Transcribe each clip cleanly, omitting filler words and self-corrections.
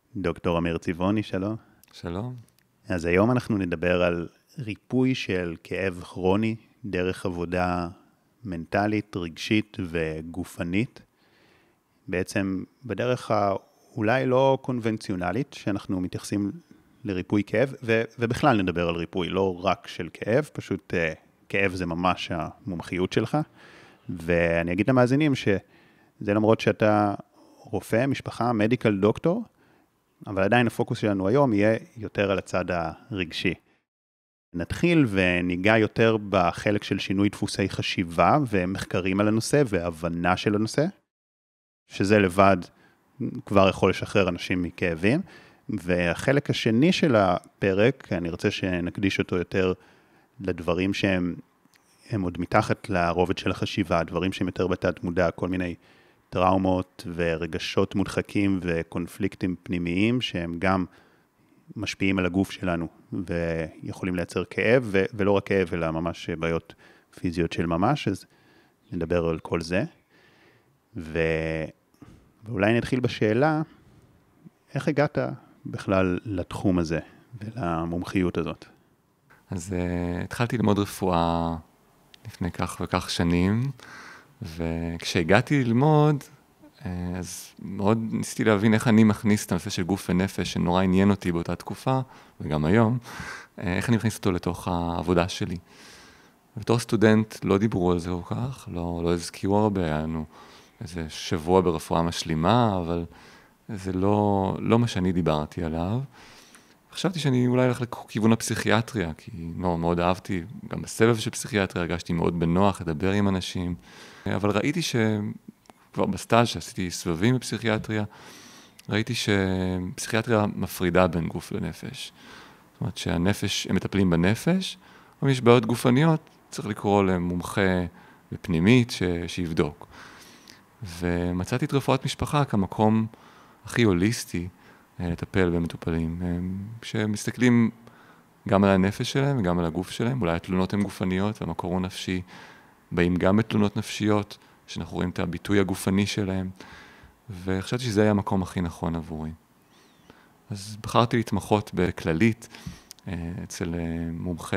דוקטור אמיר צבעוני, שלום. שלום. אז היום אנחנו נדבר על ריפוי של כאב כרוני, דרך עבודה מנטלית, רגשית וגופנית. בעצם בדרך אולי לא קונבנציונלית, שאנחנו מתייחסים לריפוי כאב, ובכלל נדבר על ריפוי, לא רק של כאב, פשוט כאב זה ממש המומחיות שלך. ואני אגיד למאזינים שזה למרות שאתה רופא, משפחה, מדיקל דוקטור, אבל עדיין הפוקוס שלנו היום יהיה יותר על הצד הרגשי. נתחיל וניגע יותר בחלק של שינוי דפוסי חשיבה ומחקרים על הנושא והבנה של הנושא, שזה לבד כבר יכול לשחרר אנשים מכאבים. והחלק השני של הפרק, אני רוצה שנקדיש אותו יותר לדברים שהם עוד מתחת לרובד של החשיבה, דברים שהם יותר בתת מודע, כל מיני טראומות ורגשות מודחקים וקונפליקטים פנימיים שהם גם משפיעים על הגוף שלנו ויכולים לייצר כאב, ולא רק כאב אלא ממש בעיות פיזיות של ממש, אז נדבר על כל זה. ואולי נתחיל בשאלה, איך הגעת בכלל לתחום הזה ולמומחיות הזאת? אז התחלתי ללמוד רפואה לפני כך וכך שנים, וכשהגעתי ללמוד, אז מאוד ניסיתי להבין איך אני מכניס את הנושא של גוף ונפש, שנורא עניין אותי באותה תקופה, וגם היום, איך אני מכניס אותו לתוך העבודה שלי. בתור סטודנט לא דיברו על זה כל כך, לא הזכירו הרבה, היה לנו איזה שבוע ברפואה משלימה, אבל זה לא מה שאני דיברתי עליו. חשבתי שאני אולי הולך לכיוון הפסיכיאטריה, כי מאוד אהבתי, גם בסבב של פסיכיאטריה הרגשתי מאוד בנוח לדבר עם אנשים, אבל ראיתי שכבר בסטאז' שעשיתי סבבים בפסיכיאטריה, ראיתי שפסיכיאטריה מפרידה בין גוף לנפש. זאת אומרת שהנפש, הם מטפלים בנפש, אבל יש בעיות גופניות, צריך לקרוא למומחה בפנימית שיבדוק. ומצאתי את רפואת משפחה כמקום הכי הוליסטי, לטפל במטופלים, שמסתכלים גם על הנפש שלהם וגם על הגוף שלהם, אולי התלונות הן גופניות והמקור הוא נפשי, באים גם בתלונות נפשיות, שאנחנו רואים את הביטוי הגופני שלהם, וחשבתי שזה היה המקום הכי נכון עבורי. אז בחרתי להתמחות בכללית, אצל מומחה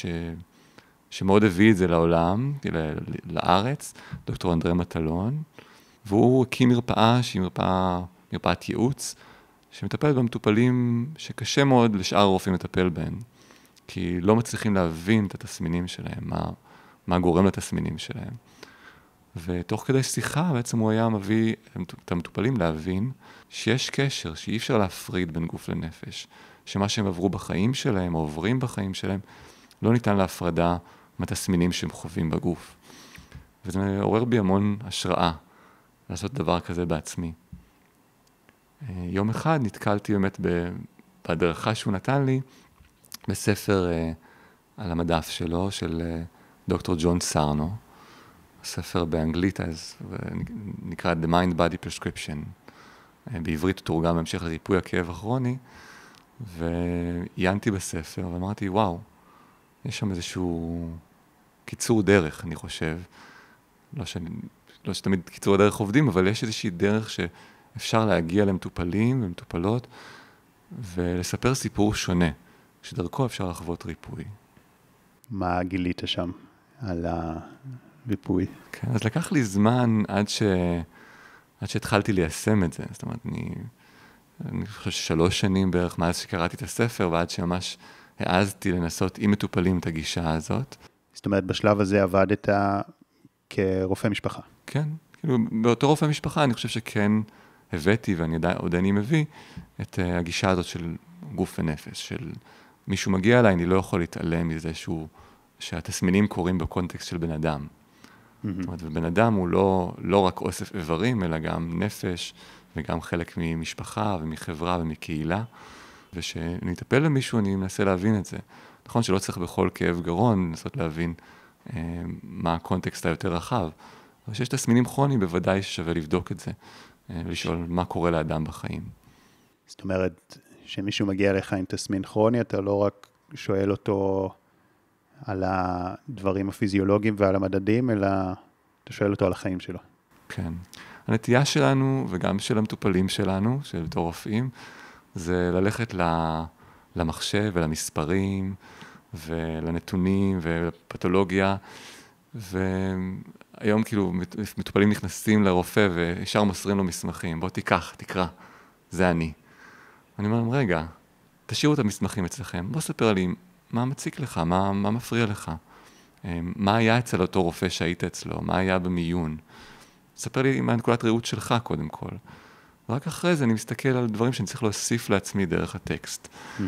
שמאוד הביא את זה לעולם, לארץ, דוקטור אנדרי מטלון, והוא הקים מרפאה שהיא מרפאת ייעוץ, שמטפלת במטופלים שקשה מאוד לשאר הרופאים לטפל בהם, כי לא מצליחים להבין את התסמינים שלהם, מה גורם לתסמינים שלהם. ותוך כדי שיחה בעצם הוא היה מביא את המטופלים להבין שיש קשר, שאי אפשר להפריד בין גוף לנפש, שמה שהם עברו בחיים שלהם, או עוברים בחיים שלהם, לא ניתן להפרדה מהתסמינים שהם חווים בגוף. וזה עורר בי המון השראה לעשות דבר כזה בעצמי. יום אחד נתקלתי באמת בהדרכה שהוא נתן לי, בספר על המדף שלו, של דוקטור ג'ון סארנו, ספר באנגלית, אז נקרא The Mind Body Prescription. בעברית הוא תורגם בהמשך לריפוי הכאב הכרוני, ועיינתי בספר ואמרתי, וואו, יש שם איזשהו קיצור דרך, אני חושב. לא שתמיד קיצור הדרך עובדים, אבל יש איזושהי דרך אפשר להגיע למטופלים ומטופלות ולספר סיפור שונה, שדרכו אפשר לחוות ריפוי. מה גילית שם על הריפוי? כן, אז לקח לי זמן עד שהתחלתי ליישם את זה. זאת אומרת, אני חושב 3 שנים בערך מאז שקראתי את הספר, ועד שממש העזתי לנסות עם מטופלים את הגישה הזאת. זאת אומרת, בשלב הזה עבדת כרופא משפחה. כן, כאילו באותו רופא משפחה אני חושב שכן הבאתי, ואני עודני מביא, את הגישה הזאת של גוף ונפש, של מישהו מגיע אליי, אני לא יכול להתעלם מזה שהתסמינים קורים בקונטקסט של בן אדם. זאת אומרת, ובן אדם הוא לא רק אוסף איברים, אלא גם נפש, וגם חלק ממשפחה ומחברה ומקהילה, ושאני אטפל למישהו, אני מנסה להבין את זה. נכון שלא צריך בכל כאב גרון, לנסות להבין מה הקונטקסט היותר רחב, אבל שיש תסמינים כרוניים, בוודאי ששווה לבדוק את זה, ולשאול מה קורה לאדם בחיים. זאת אומרת, שמישהו מגיע לך עם תסמין כרוני, אתה לא רק שואל אותו על הדברים הפיזיולוגיים ועל המדדים, אלא אתה שואל אותו על החיים שלו. כן. הנטייה שלנו, וגם של המטופלים שלנו, של בתור רופאים, זה ללכת למחשב ולמספרים ולנתונים ולפתולוגיה, והיום כאילו מטופלים נכנסים לרופא וישר מוסרים לו מסמכים, בוא תיקח, תקרא, זה אני. אני אומר להם, רגע, תשאירו את המסמכים אצלכם, בוא ספר לי מה מציק לך, מה מפריע לך, מה היה אצל אותו רופא שהיית אצלו, מה היה במיון. ספר לי מה נקודת ראות שלך קודם כל. רק אחרי זה אני מסתכל על דברים שאני צריך להוסיף לעצמי דרך הטקסט.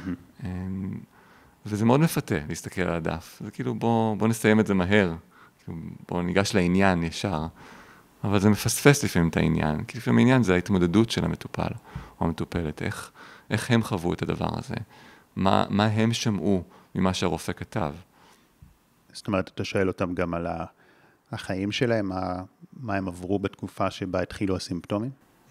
וזה מאוד מפתה להסתכל על הדף. זה כאילו בוא נסיים את זה מהר, בוא ניגש לעניין ישר. אבל זה מפספס לפעמים את העניין, כי לפעמים העניין זה ההתמודדות של המטופל או המטופלת, איך הם חוו את הדבר הזה, מה הם שמעו ממה שהרופא כתב. זאת אומרת, אתה שואל אותם גם על החיים שלהם, מה הם עברו בתקופה שבה התחילו הסימפטומים?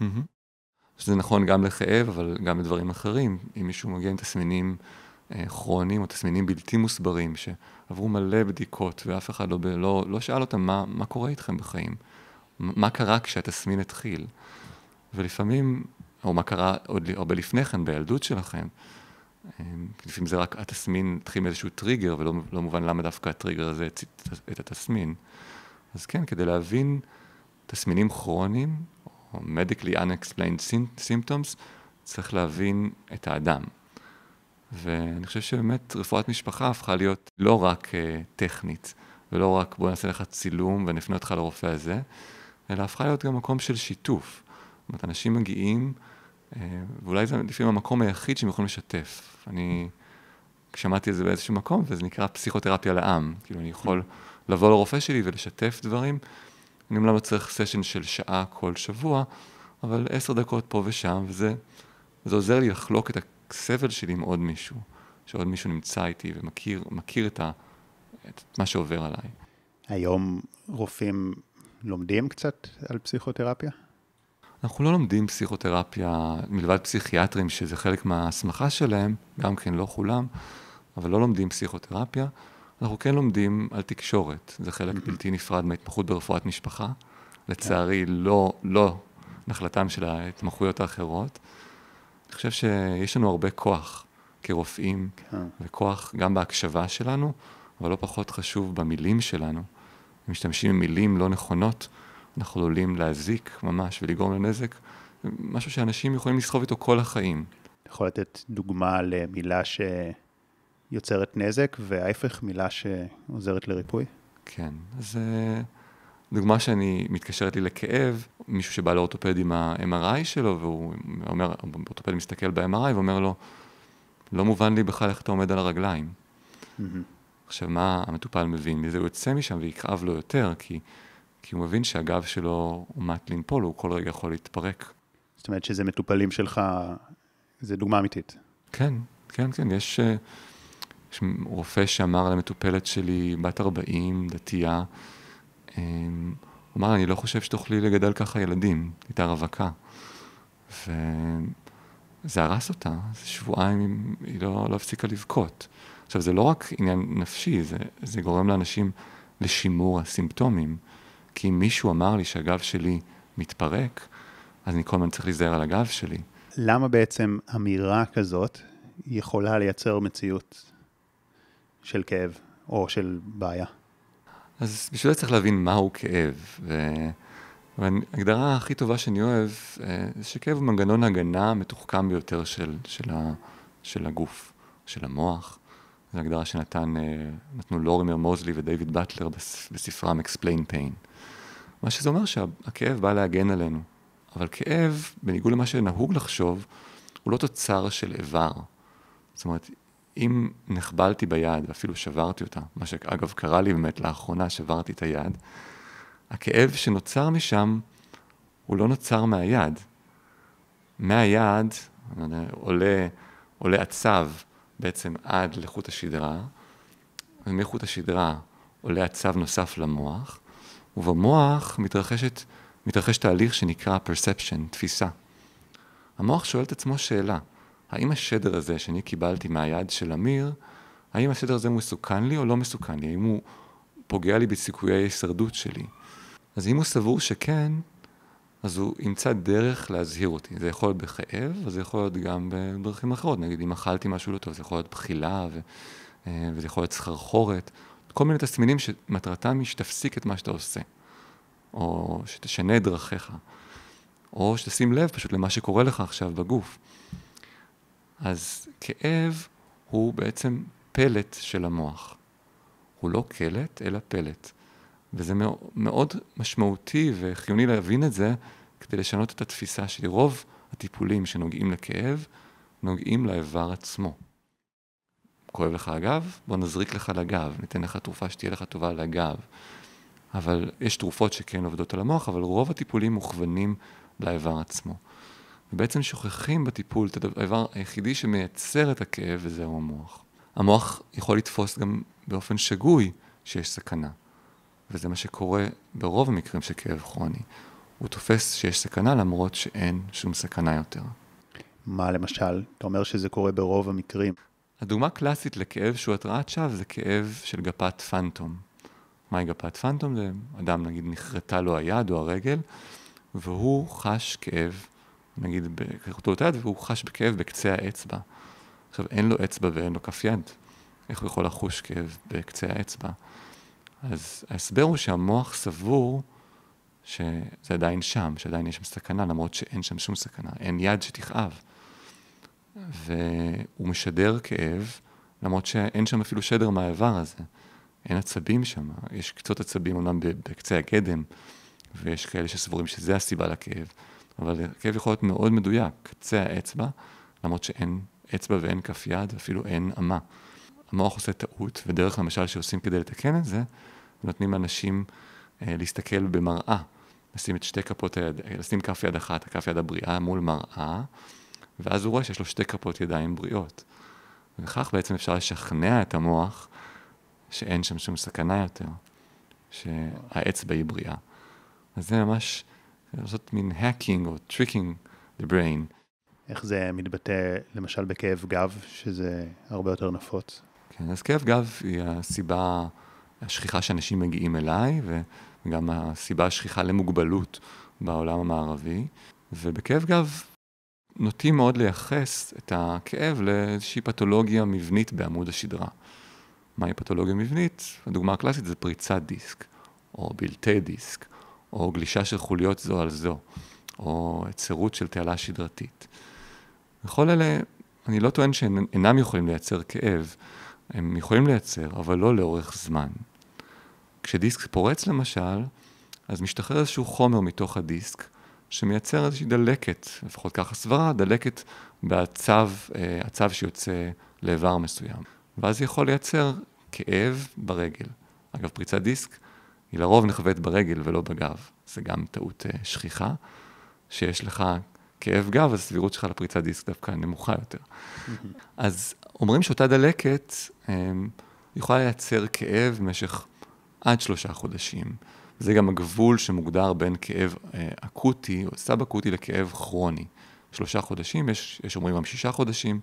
שזה נכון גם לכאב, אבל גם לדברים אחרים. אם מישהו מגיע עם תסמינים כרוניים או תסמינים בלתי מוסברים, שעברו מלא בדיקות ואף אחד לא שאל אותם מה קורה איתכם בחיים, מה קרה כשהתסמין התחיל. ולפעמים, או מה קרה עוד הרבה לפני כן בילדות שלכם, לפעמים זה רק התסמין התחיל מאיזשהו טריגר, ולא מובן למה דווקא הטריגר הזה הצית את התסמין. אז כן, כדי להבין תסמינים כרוניים, או medically unexplained symptoms, צריך להבין את האדם. ואני חושב שבאמת רפואת משפחה הפכה להיות לא רק טכנית, ולא רק בוא נעשה לך צילום ונפנה אותך לרופא הזה, אלא הפכה להיות גם מקום של שיתוף. זאת אומרת, אנשים מגיעים, ואולי זה לפעמים המקום היחיד שהם יכולים לשתף. אני שמעתי את זה באיזשהו מקום, וזה נקרא פסיכותרפיה לעם. כאילו אני יכול לבוא לרופא שלי ולשתף דברים. אני אומנם לא צריך סשן של שעה כל שבוע, אבל 10 דקות פה ושם, וזה עוזר לי לחלוק את הסבל שלי עם עוד מישהו, שעוד מישהו נמצא איתי ומכיר את מה שעובר עליי. היום רופאים לומדים קצת על פסיכותרפיה? אנחנו לא לומדים פסיכותרפיה מלבד פסיכיאטרים, שזה חלק מההסמכה שלהם, גם כן לא כולם, אבל לא לומדים פסיכותרפיה. אנחנו כן לומדים על תקשורת, זה חלק בלתי נפרד מההתמחות ברפואת משפחה. לצערי, לא נחלתם של ההתמחויות האחרות. אני חושב שיש לנו הרבה כוח כרופאים, וכוח גם בהקשבה שלנו, אבל לא פחות חשוב במילים שלנו. אם משתמשים עם מילים לא נכונות, אנחנו עלולים להזיק ממש ולגרום לנזק, משהו שאנשים יכולים לסחוב איתו כל החיים. יכול לתת דוגמה למילה שיוצרת נזק, וההפך מילה שעוזרת לריפוי? כן, אז דוגמה שאני מתקשרת לי לכאב, מישהו שבא לאורתופד עם ה-MRI שלו, והוא אומר, האורתופד מסתכל ב-MRI ואומר לו, לא מובן לי בכלל איך אתה עומד על הרגליים. עכשיו, מה המטופל מבין? מזה הוא יוצא משם ויקרב לו יותר, כי הוא מבין שהגב שלו הוא מעט לנפול, הוא כל רגע יכול להתפרק. זאת אומרת שזה מטופלים שלך, זה דוגמה אמיתית. כן. יש רופא שאמר למטופלת שלי, בת 40, דתייה, הוא אמר, אני לא חושב שתוכלי לגדל ככה ילדים, הייתה רווקה. וזה הרס אותה, זה שבועיים היא לא הפסיקה לבכות. עכשיו, זה לא רק עניין נפשי, זה גורם לאנשים לשימור הסימפטומים. כי אם מישהו אמר לי שהגב שלי מתפרק, אז אני כל הזמן צריך להיזהר על הגב שלי. למה בעצם אמירה כזאת יכולה לייצר מציאות של כאב או של בעיה? אז בשביל זה צריך להבין מהו כאב. וההגדרה הכי טובה שאני אוהב, זה שכאב הוא מנגנון הגנה מתוחכם ביותר של הגוף, של המוח. זו הגדרה שנתנו לורימר מוזלי ודייוויד באטלר בספרם Explain Pain. מה שזה אומר שהכאב בא להגן עלינו. אבל כאב, בניגוד למה שנהוג לחשוב, הוא לא תוצר של איבר. זאת אומרת, אם נחבלתי ביד ואפילו שברתי אותה, מה שאגב קרה לי באמת לאחרונה, שברתי את היד, הכאב שנוצר משם הוא לא נוצר מהיד. מהיד עולה עצב בעצם עד לחוט השדרה, ומחוט השדרה עולה עצב נוסף למוח, ובמוח מתרחש תהליך שנקרא perception, תפיסה. המוח שואל את עצמו שאלה, האם השדר הזה שאני קיבלתי מהיד של אמיר, האם השדר הזה מסוכן לי או לא מסוכן לי? האם הוא פוגע לי בסיכויי ההישרדות שלי? אז אם הוא סבור שכן, אז הוא ימצא דרך להזהיר אותי. זה יכול להיות בכאב, וזה יכול להיות גם בדרכים אחרות. נגיד, אם אכלתי משהו לא טוב, זה יכול להיות בחילה, וזה יכול להיות סחרחורת. כל מיני תסמינים שמטרתם היא שתפסיק את מה שאתה עושה, או שתשנה את דרכיך, או שתשים לב פשוט למה שקורה לך עכשיו בגוף. אז כאב הוא בעצם פלט של המוח. הוא לא קלט, אלא פלט. וזה מאוד משמעותי וחיוני להבין את זה, כדי לשנות את התפיסה שלי. רוב הטיפולים שנוגעים לכאב, נוגעים לאיבר עצמו. כואב לך הגב? בוא נזריק לך לגב, ניתן לך תרופה שתהיה לך טובה לגב. אבל יש תרופות שכן עובדות על המוח, אבל רוב הטיפולים מוכוונים לאיבר עצמו. ובעצם שוכחים בטיפול את האיבר היחידי שמייצר את הכאב, וזהו המוח. המוח יכול לתפוס גם באופן שגוי שיש סכנה. וזה מה שקורה ברוב המקרים של כאב כרוני. הוא תופס שיש סכנה למרות שאין שום סכנה יותר. מה למשל? אתה אומר שזה קורה ברוב המקרים. הדוגמה קלאסית לכאב שהוא התרעת שווא זה כאב של גפת פנטום. מהי גפת פנטום? זה אדם, נגיד, נחרטה לו היד או הרגל, והוא חש כאב, נגיד, בקרחתו את היד, והוא חש בכאב בקצה האצבע. עכשיו, אין לו אצבע ואין לו כף יד. איך הוא יכול לחוש כאב בקצה האצבע? אז ההסבר הוא שהמוח סבור שזה עדיין שם, שעדיין יש שם סכנה, למרות שאין שם שום סכנה, אין יד שתכאב. והוא משדר כאב, למרות שאין שם אפילו שדר מהאיבר הזה. אין עצבים שם, יש קצות עצבים אומנם בקצה הגדם, ויש כאלה שסבורים שזה הסיבה לכאב, אבל הכאב יכול להיות מאוד מדויק, קצה האצבע, למרות שאין אצבע ואין כף יד, אפילו אין אמה. המוח עושה טעות, ודרך למשל שעושים כדי לתקן את זה, נותנים לאנשים להסתכל במראה, לשים את שתי כפות היד, לשים כף יד אחת, כף יד הבריאה מול מראה, ואז הוא רואה שיש לו שתי כפות ידיים בריאות. וכך בעצם אפשר לשכנע את המוח שאין שם שום סכנה יותר, שהאצבע היא בריאה. אז זה ממש לעשות מין hacking או tricking the brain. איך זה מתבטא למשל בכאב גב, שזה הרבה יותר נפוץ? כן, אז כאב גב היא הסיבה השכיחה שאנשים מגיעים אליי, וגם הסיבה השכיחה למוגבלות בעולם המערבי. ובכאב גב נוטים מאוד לייחס את הכאב לאיזושהי פתולוגיה מבנית בעמוד השדרה. מהי פתולוגיה מבנית? הדוגמה הקלאסית זה פריצת דיסק, או בלתי דיסק, או גלישה של חוליות זו על זו, או צירות של תעלה שדרתית. וכל אלה, אני לא טוען שאינם יכולים לייצר כאב, הם יכולים לייצר, אבל לא לאורך זמן. כשדיסק פורץ למשל, אז משתחרר איזשהו חומר מתוך הדיסק, שמייצר איזושהי דלקת, לפחות ככה סברה, דלקת הצו שיוצא לאיבר מסוים. ואז יכול לייצר כאב ברגל. אגב, פריצת דיסק היא לרוב נחווית ברגל ולא בגב. זה גם טעות שכיחה, שיש לך כאב גב, אז הסבירות שלך לפריצת דיסק דווקא נמוכה יותר. אז אומרים שאותה דלקת יכולה לייצר כאב במשך עד 3 חודשים. זה גם הגבול שמוגדר בין כאב אקוטי או סאב-אקוטי לכאב כרוני. 3 חודשים, יש אומרים גם 6 חודשים.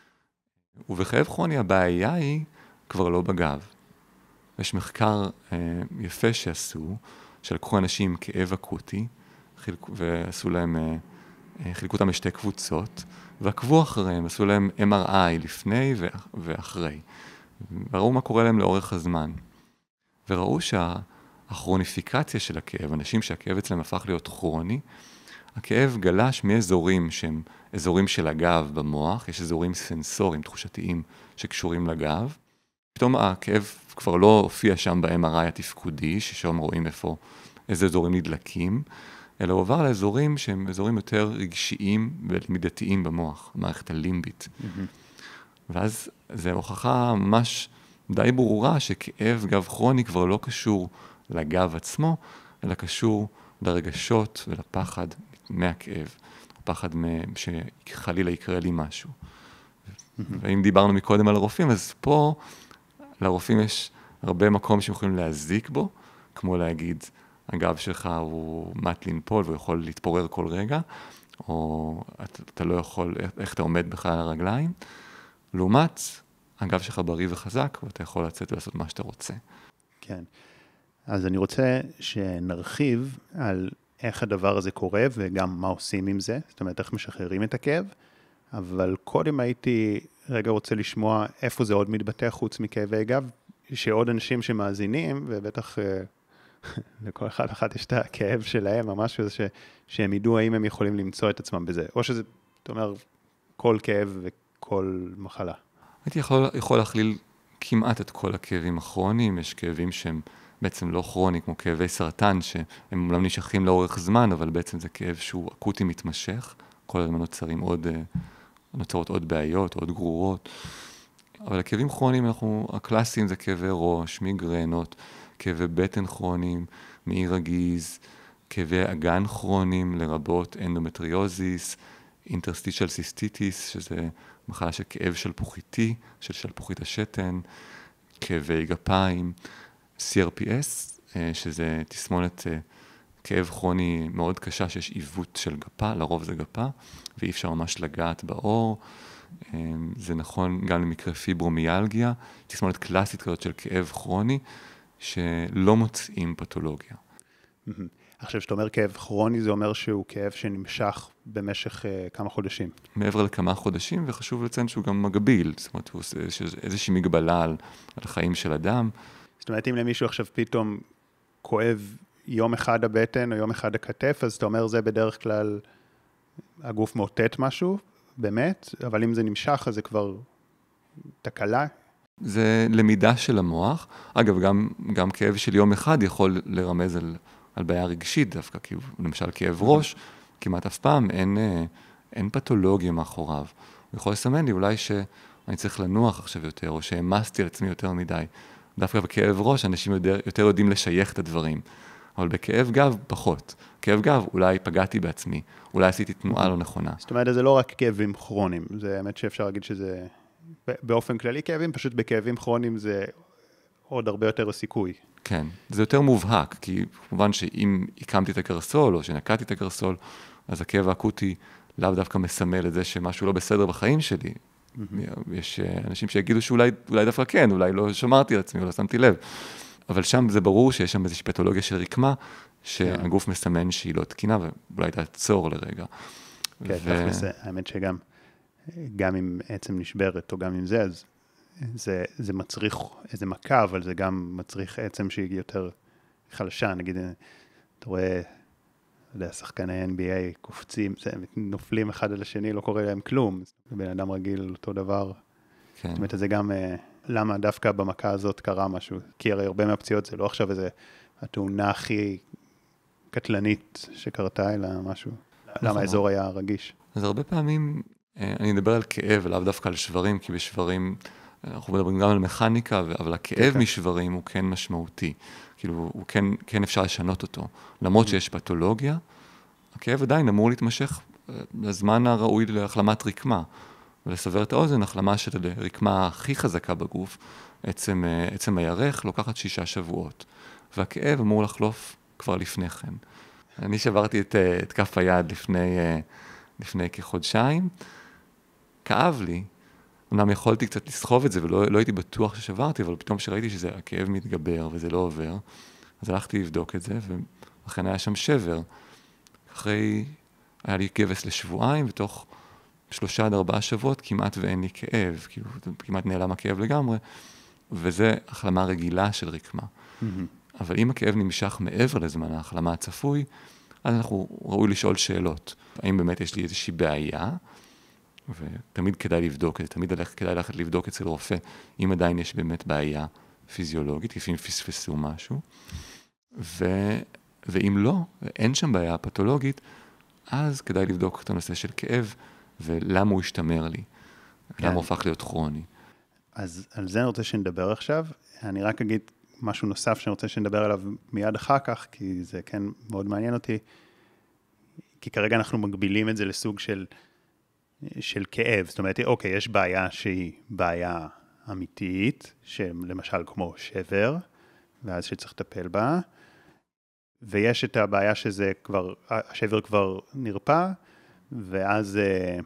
ובכאב כרוני הבעיה היא כבר לא בגב. יש מחקר יפה שעשו, שלקחו אנשים עם כאב אקוטי, ועשו להם, חילקו אותם לשתי קבוצות, ועקבו אחריהם, עשו להם MRI לפני ואחרי. וראו מה קורה להם לאורך הזמן. וראו שהכרוניפיקציה של הכאב, אנשים שהכאב אצלם הפך להיות כרוני, הכאב גלש מאזורים שהם אזורים של הגב במוח, יש אזורים סנסוריים, תחושתיים, שקשורים לגב. פתאום הכאב כבר לא הופיע שם ב-MRI התפקודי, ששם רואים איזה אזורים נדלקים, אלא הוא עבר לאזורים שהם אזורים יותר רגשיים ולמידתיים במוח, המערכת הלימבית. ואז זו הוכחה ממש די ברורה שכאב גב כרוני כבר לא קשור לגב עצמו, אלא קשור לרגשות ולפחד מהכאב, פחד שחלילה יקרה לי משהו. ואם דיברנו מקודם על הרופאים, אז פה לרופאים יש הרבה מקום שיכולים להזיק בו, כמו להגיד, הגב שלך הוא מת לנפול והוא יכול להתפורר כל רגע, או אתה לא יכול, איך אתה עומד בכלל על הרגליים. לעומת, הגב שלך בריא וחזק, ואתה יכול לצאת ולעשות מה שאתה רוצה. כן. אז אני רוצה שנרחיב על איך הדבר הזה קורה וגם מה עושים עם זה, זאת אומרת, איך משחררים את הכאב, אבל קודם הייתי רגע רוצה לשמוע איפה זה עוד מתבטא חוץ מכאבי גב, שעוד אנשים שמאזינים, ובטח לכל אחד אחת יש את הכאב שלהם, או משהו שהם ידעו האם הם יכולים למצוא את עצמם בזה, או שזה, אתה אומר, כל כאב וכל מחלה. הייתי יכול להכליל כמעט את כל הכאבים הכרוניים, יש כאבים שהם בעצם לא כרוני, כמו כאבי סרטן, שהם לא נשכים לאורך זמן, אבל בעצם זה כאב שהוא אקוטי מתמשך, כל הזמן נוצרות עוד בעיות, עוד גרורות. אבל הכאבים כרוניים, הקלאסיים זה כאבי ראש, מיגרנות, כאבי בטן כרוניים, מעי רגיז, כאבי אגן כרוניים, לרבות אנדומטריוזיס, אינטרסטישל סיסטיטיס, שזה מחלה של כאב שלפוחיתי, של שלפוחית השתן, כאבי גפיים, CRPS, שזה תסמונת כאב כרוני מאוד קשה, שיש עיוות של גפה, לרוב זה גפה, ואי אפשר ממש לגעת בעור. זה נכון גם למקרה פיברומיאלגיה, תסמונת קלאסית כזאת של כאב כרוני, שלא מוצאים פתולוגיה. עכשיו, שאתה אומר כאב כרוני, זה אומר שהוא כאב שנמשך במשך כמה חודשים. מעבר לכמה חודשים, וחשוב לציין שהוא גם מגביל, זאת אומרת, הוא עושה איזושהי מגבלה על החיים של אדם. זאת אומרת, אם למישהו עכשיו פתאום כואב יום אחד הבטן או יום אחד הכתף, אז אתה אומר, זה בדרך כלל הגוף מאותת משהו, באמת, אבל אם זה נמשך, אז זה כבר תקלה. זה למידה של המוח. אגב, גם כאב של יום אחד יכול לרמז על בעיה רגשית דווקא, כי למשל כאב ראש, כמעט אף פעם אין פתולוגיה מאחוריו. הוא יכול לסמן לי אולי שאני צריך לנוח עכשיו יותר, או שהמסתי על עצמי יותר מדי. דווקא בכאב ראש, אנשים יותר יודעים לשייך את הדברים. אבל בכאב גב, פחות. כאב גב, אולי פגעתי בעצמי, אולי עשיתי תנועה לא נכונה. זאת אומרת, זה לא רק כאבים כרוניים, זה האמת שאפשר להגיד שזה, באופן כללי כאבים, פשוט בכאבים כרוניים זה עוד הרבה יותר סיכוי. כן, זה יותר מובהק, כי כמובן שאם הקמתי את הקרסול, או שנקעתי את הקרסול, אז הכאב האקוטי לאו דווקא מסמל את זה שמשהו לא בסדר בחיים שלי. יש אנשים שיגידו שאולי דווקא כן, אולי לא שמרתי על עצמי, או לא שמתי לב. אבל שם זה ברור שיש שם איזושהי פתולוגיה של רקמה, שהגוף מסמן שהיא לא תקינה, ואולי תעצור לרגע. כן, האמת שגם אם עצם נשברת, או גם עם זה, אז זה מצריך איזה מכה, אבל זה גם מצריך עצם שהיא יותר חלשה. נגיד, אתה רואה, שחקני NBA קופצים, נופלים אחד על השני, לא קורה להם כלום. בן אדם רגיל אותו דבר. כן. זאת אומרת, זה גם, למה דווקא במכה הזאת קרה משהו? כי הרי הרבה מהפציעות זה לא עכשיו איזה התאונה הכי קטלנית שקרתה, אלא משהו. למה האזור היה רגיש? אז הרבה פעמים, אני מדבר על כאב, ולאו דווקא על שברים, כי בשברים, אנחנו מדברים גם על מכניקה, אבל הכאב משברים הוא כן משמעותי. כאילו, הוא כן אפשר לשנות אותו. למרות שיש פתולוגיה, הכאב עדיין אמור להתמשך לזמן הראוי להחלמת רקמה. ולסבר את האוזן, החלמה של רקמה הכי חזקה בגוף, עצם הירך, לוקחת 6 שבועות. והכאב אמור לחלוף כבר לפני כן. אני שברתי את כף היד לפני כחודשיים, כאב לי, אמנם יכולתי קצת לסחוב את זה, ולא הייתי בטוח ששברתי, אבל פתאום שראיתי שהכאב מתגבר וזה לא עובר, אז הלכתי לבדוק את זה, ואכן היה שם שבר. היה לי כבש לשבועיים, ותוך 3 עד 4 שבועות כמעט ואין לי כאב, כאילו כמעט נעלם הכאב לגמרי, וזה החלמה רגילה של רקמה. אבל אם הכאב נמשך מעבר לזמן ההחלמה הצפוי, אז אנחנו ראוי לשאול שאלות. האם באמת יש לי איזושהי בעיה, ותמיד כדאי לבדוק את זה, תמיד כדאי ללכת לבדוק אצל רופא, אם עדיין יש באמת בעיה פיזיולוגית, לפעמים פספסו משהו, ואם לא, אין שם בעיה פתולוגית, אז כדאי לבדוק את הנושא של כאב, ולמה הוא השתמר לי, למה הוא הופך להיות כרוני. אז על זה אני רוצה שנדבר עכשיו, אני רק אגיד משהו נוסף שאני רוצה שנדבר עליו מיד אחר כך, כי זה כן מאוד מעניין אותי, כי כרגע אנחנו מגבילים את זה לסוג של כאב, זאת אומרת, אוקיי, יש בעיה שהיא בעיה אמיתית, שלמשל כמו שבר, ואז שצריך לטפל בה, ויש את הבעיה שזה כבר, השבר כבר נרפא, ואז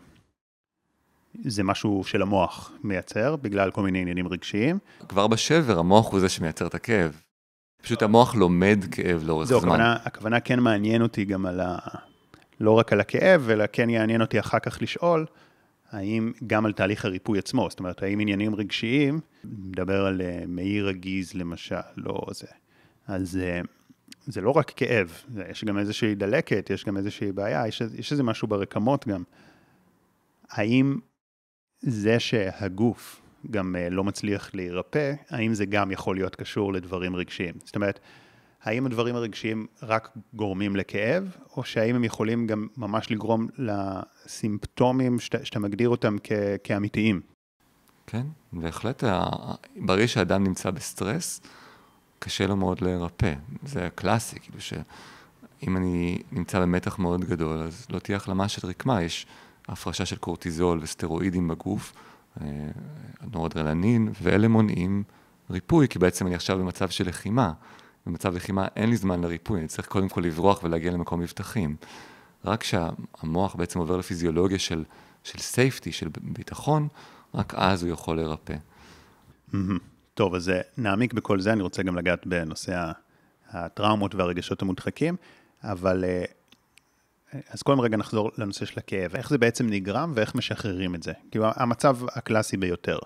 זה משהו של המוח מייצר, בגלל כל מיני עניינים רגשיים. כבר בשבר, המוח הוא זה שמייצר את הכאב. פשוט המוח לומד כאב לאורך זמן. הכוונה כן מעניין אותי גם לא רק על הכאב, אלא כן יעניין אותי אחר כך לשאול, האם גם על תהליך הריפוי עצמו, זאת אומרת, האם עניינים רגשיים, מדבר על מאיר רגיז למשל, לא זה. אז זה לא רק כאב, יש גם איזושהי דלקת, יש גם איזושהי בעיה, יש איזה משהו ברקמות גם. האם זה שהגוף גם לא מצליח להירפא, האם זה גם יכול להיות קשור לדברים רגשיים? זאת אומרת, האם הדברים הרגשיים רק גורמים לכאב, או שהאם הם יכולים גם ממש לגרום לסימפטומים שאתה מגדיר אותם כאמיתיים? כן, בהחלט, ברגע שהאדם נמצא בסטרס, קשה לו מאוד להירפא. זה הקלאסי, כאילו שאם אני נמצא במתח מאוד גדול, אז לא תהיה החלמה של רקמה, יש הפרשה של קורטיזול וסטרואידים בגוף, נורדרלנין, ואלה מונעים ריפוי, כי בעצם אני עכשיו במצב של לחימה. במצב לחימה אין לי זמן לריפוי, אני צריך קודם כל לברוח ולהגיע למקום מבטחים. רק שהמוח בעצם עובר לפיזיולוגיה של safety, של ביטחון, רק אז הוא יכול להירפא. טוב, אז נעמיק בכל זה, אני רוצה גם לגעת בנושא הטראומות והרגשות המודחקים, אבל אז קודם רגע נחזור לנושא של הכאב, איך זה בעצם נגרם ואיך משחררים את זה. כאילו המצב הקלאסי ביותר,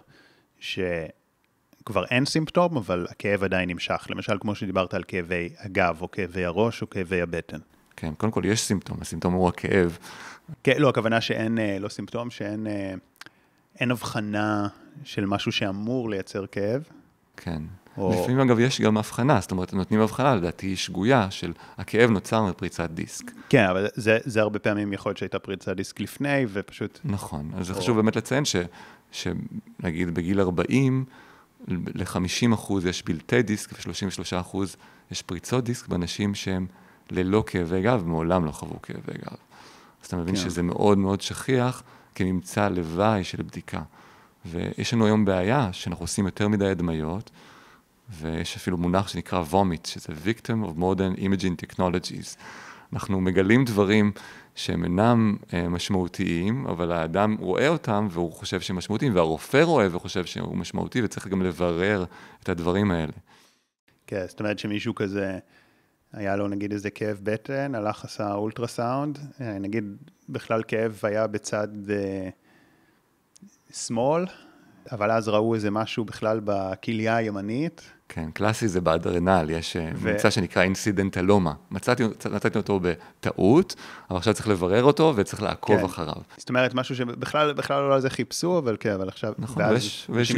שכבר אין סימפטום, אבל הכאב עדיין נמשך, למשל כמו שדיברת על כאבי הגב, או כאבי הראש, או כאבי הבטן. כן, קודם כל יש סימפטום, הסימפטום הוא הכאב. כן, לא, הכוונה שאין, לא סימפטום, שאין הבחנה של משהו שאמור לייצר כאב. כן. לפעמים אגב יש גם הבחנה, זאת אומרת, נותנים הבחנה, לדעתי היא שגויה של הכאב נוצר מפריצת דיסק. כן, אבל זה הרבה פעמים יכול להיות שהייתה פריצת דיסק לפני, ופשוט... נכון, אז זה חשוב באמת לציין שנגיד בגיל 40, ל-50% יש בלתי דיסק, ו-33% יש פריצות דיסק באנשים שהם ללא כאבי גב, מעולם לא חוו כאבי גב. אז אתה מבין שזה מאוד מאוד שכיח, כממצא לוואי של בדיקה. ויש לנו היום בעיה שאנחנו עושים יותר מדי הדמיות, ויש אפילו מונח שנקרא vomit, שזה victim of modern imaging technologies. אנחנו מגלים דברים שהם אינם משמעותיים, אבל האדם רואה אותם והוא חושב שהם משמעותיים, והרופא רואה וחושב שהוא משמעותי, וצריך גם לברר את הדברים האלה. כן, זאת אומרת שמישהו כזה, היה לו נגיד איזה כאב בטן, הלך עשה אולטרסאונד, נגיד בכלל כאב היה בצד שמאל, אבל אז ראו איזה משהו בכלל בכליה הימנית. כן, קלאסי זה באדרנל, יש ממצא שנקרא אינסידנטלומה. נתתי אותו בטעות, אבל עכשיו צריך לברר אותו וצריך לעקוב אחריו. זאת אומרת, משהו שבכלל לא על זה חיפשו, אבל כן, אבל עכשיו... נכון, ויש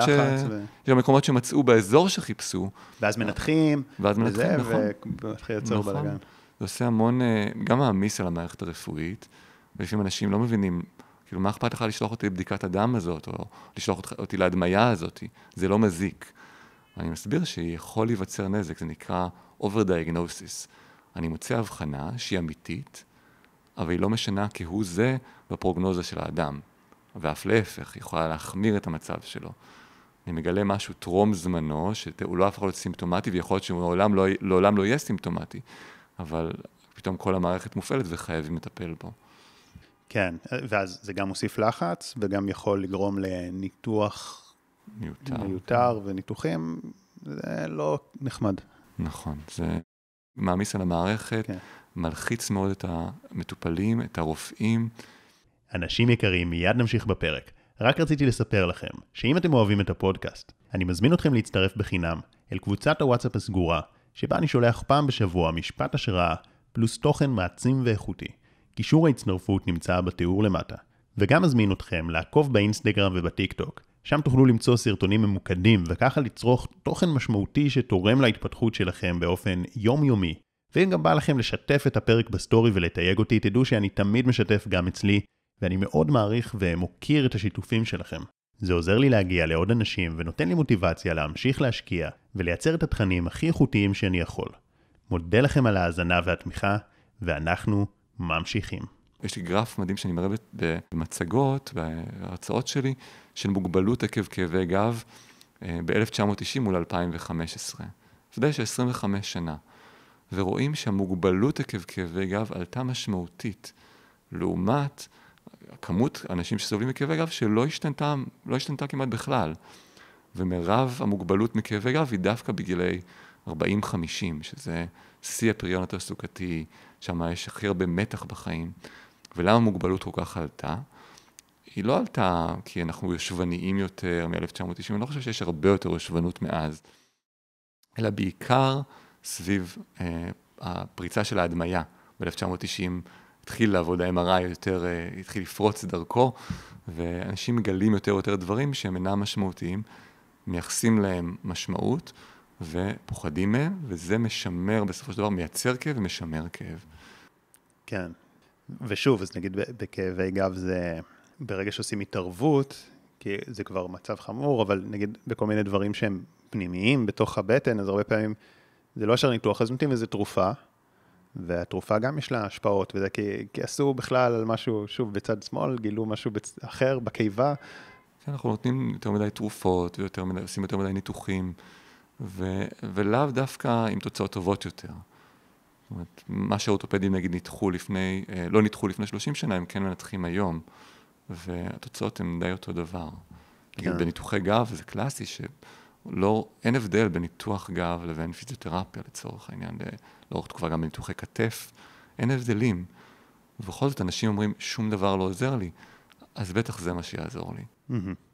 גם מקומות שמצאו באזור שחיפשו. ואז מנתחים, וזה, ומתחיל ליצור בלגן. זה עושה המון, גם מעמיס על המערכת הרפואית, ולפעמים אנשים לא מבינים, כאילו, מה אכפת לך לשלוח אותי לבדיקת הדם הזאת, או לשלוח אותי להדמיה הזאת? זה לא מזיק. אני מסביר שיכול להיווצר נזק, זה נקרא overdiagnosis. אני מוצא הבחנה שהיא אמיתית, אבל היא לא משנה כהוא זה בפרוגנוזה של האדם. ואף להפך, היא יכולה להחמיר את המצב שלו. אני מגלה משהו טרום זמנו, שהוא לא יכול להיות סימפטומטי, ויכול להיות שהוא לעולם לא יהיה סימפטומטי, אבל פתאום כל המערכת מופעלת וחייבים לטפל בו. כן, ואז זה גם מוסיף לחץ, וגם יכול לגרום לניתוח מיותר וניתוחים, זה לא נחמד. נכון, זה מעמיס על המערכת, מלחיץ מאוד את המטופלים, את הרופאים. אנשים יקרים, מיד נמשיך בפרק. רק רציתי לספר לכם, שאם אתם אוהבים את הפודקאסט, אני מזמין אתכם להצטרף בחינם אל קבוצת הוואטסאפ הסגורה, שבה אני שולח פעם בשבוע משפט השראה, פלוס תוכן מעצים ואיכותי. קישור ההצטרפות נמצא בתיאור למטה. וגם מזמין אתכם לעקוב באינסטגרם ובטיק טוק. שם תוכלו למצוא סרטונים ממוקדים וככה לצרוך תוכן משמעותי שתורם להתפתחות שלכם באופן יומיומי. ואם גם בא לכם לשתף את הפרק בסטורי ולתייג אותי, תדעו שאני תמיד משתף גם אצלי, ואני מאוד מעריך ומוקיר את השיתופים שלכם. זה עוזר לי להגיע לעוד אנשים ונותן לי מוטיבציה להמשיך להשקיע ולייצר את התכנים הכי איכותיים שאני יכול. מודה לכם על ההאזנה והתמיכה, ואנחנו ממשיכים. יש לי גרף מדהים שאני מראה במצגות, בהרצאות שלי, של מוגבלות עקב כאבי גב ב-1990 מול 2015. זה די ש-25 שנה. ורואים שהמוגבלות עקב כאבי גב עלתה משמעותית, לעומת כמות אנשים שסובלים מכאבי גב שלא השתנתה כמעט בכלל. ומרב המוגבלות מכאבי גב היא דווקא בגילי 40-50, שזה שיא הפריון התעסוקתי, שם יש הכי הרבה מתח בחיים. ולמה מוגבלות כל כך עלתה? היא לא עלתה כי אנחנו יושבניים יותר מ-1990, אני לא חושב שיש הרבה יותר יושבנות מאז, אלא בעיקר סביב הפריצה של ההדמיה. ב-1990 התחיל לעבוד ה-MRI יותר, התחיל לפרוץ דרכו, ואנשים מגלים יותר ויותר דברים שהם אינם משמעותיים, מייחסים להם משמעות, ופוחדים מהם, וזה משמר בסופו של דבר, מייצר כאב ומשמר כאב. כן, ושוב, אז נגיד בכאבי גב זה, ברגע שעושים התערבות, כי זה כבר מצב חמור, אבל נגיד בכל מיני דברים שהם פנימיים בתוך הבטן, אז הרבה פעמים זה לא אשר ניתוח, אז נותנים איזו תרופה, והתרופה גם יש לה השפעות, וזה כי עשו בכלל על משהו, שוב, בצד שמאל, גילו משהו אחר, בקיבה. אנחנו נותנים יותר מדי תרופות, עושים יותר מדי ניתוחים, ולאו דווקא עם תוצאות טובות יותר. זאת אומרת, מה שהאורתופדים נגיד לא ניתחו לפני 30 שנה, הם כן מנתחים היום, והתוצאות הן די אותו דבר. כן. בניתוחי גב זה קלאסי אין הבדל בין ניתוח גב לבין פיזיותרפיה לצורך העניין, לאורך תקופה גם בניתוחי כתף, אין הבדלים. ובכל זאת אנשים אומרים, שום דבר לא עוזר לי, אז בטח זה מה שיעזור לי.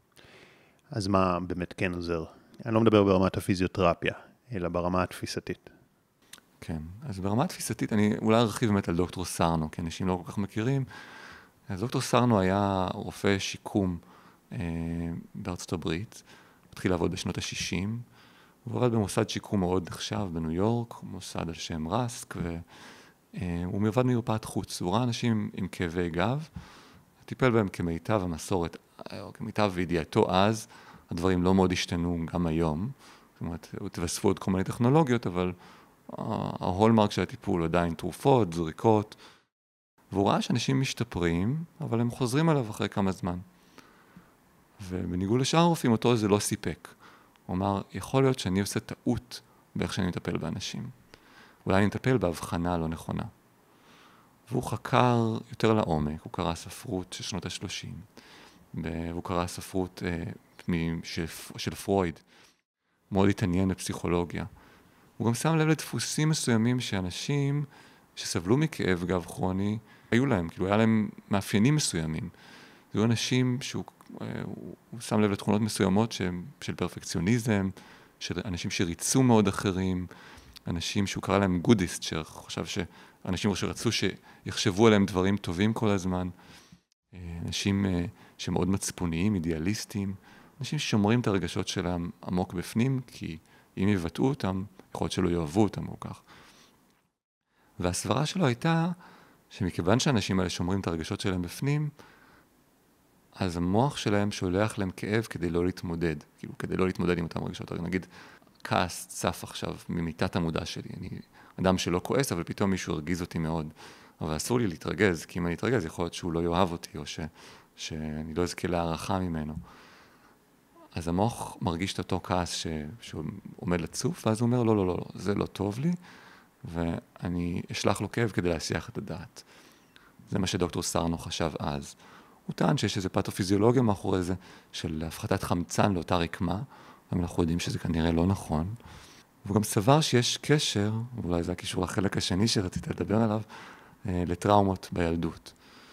אז מה באמת כן עוזר? אני לא מדבר ברמת הפיזיותרפיה, אלא ברמה התפיסתית. כן, אז ברמה התפיסתית, אני אולי ארחיב באמת על דוקטור סרנו, כי אנשים לא כל כך מכירים. אז דוקטור סרנו היה רופא שיקום בארצות הברית, התחיל לעבוד בשנות ה-60, הוא עבד במוסד שיקום מאוד נחשב בניו יורק, מוסד על שם רסק, והוא עבד מרפאת חוץ. הוא ראה אנשים עם כאבי גב, טיפל בהם כמיטב המסורת, כמיטב וידיעתו אז, הדברים לא מאוד השתנו גם היום, זאת אומרת, התווספו עוד כל מיני טכנולוגיות, אבל ההולמרק של הטיפול עדיין תרופות, זריקות, והוא ראה שאנשים משתפרים, אבל הם חוזרים עליו אחרי כמה זמן. ובניגוד לשאר הרופאים, אותו זה לא סיפק. הוא אמר, יכול להיות שאני עושה טעות באיך שאני מטפל באנשים. אולי אני מטפל בהבחנה לא נכונה. והוא חקר יותר לעומק, הוא קרא ספרות של שנות ה-30, והוא קרא ספרות של פרויד, מאוד התעניין בפסיכולוגיה. הוא גם שם לב לדפוסים מסוימים שאנשים שסבלו מכאב גב כרוני, היו להם, כאילו היה להם מאפיינים מסוימים. זה היו אנשים שהוא שם לב לתכונות מסוימות של פרפקציוניזם, של אנשים שריצו מאוד אחרים, אנשים שהוא קרא להם גודיסט, שחשב שאנשים שרצו שיחשבו עליהם דברים טובים כל הזמן, אנשים שמאוד מצפוניים, אידיאליסטים, אנשים ששומרים את הרגשות שלהם עמוק בפנים, כי אם יבטאו אותם, יכול להיות שלא יאהבו אותם או כך. והסברה שלו הייתה שמכיוון שאנשים האלה שומרים את הרגשות שלהם בפנים, אז המוח שלהם שולח להם כאב כדי לא להתמודד, כאילו כדי לא להתמודד עם אותם רגשות. נגיד, כעס צף עכשיו ממיטת המודע שלי, אני אדם שלא כועס, אבל פתאום מישהו הרגיז אותי מאוד, אבל אסור לי להתרגז, כי אם אני אתרגז, יכול להיות שהוא לא יאהב אותי, או שאני לא אזכה להערכה ממנו. אז המוח מרגיש את אותו כעס שהוא עומד לצוף, ואז הוא אומר, לא, לא, לא, זה לא טוב לי, ואני אשלח לו כאב כדי להסיח את הדעת. זה מה שדוקטור סרנו חשב אז. הוא טען שיש איזו פתופיזיולוגיה מאחורי זה, של הפחתת חמצן לאותה רקמה, אבל אנחנו יודעים שזה כנראה לא נכון. והוא גם סבר שיש קשר, ואולי זה הקישור לחלק השני שרציתי לדבר עליו, לטראומות בילדות.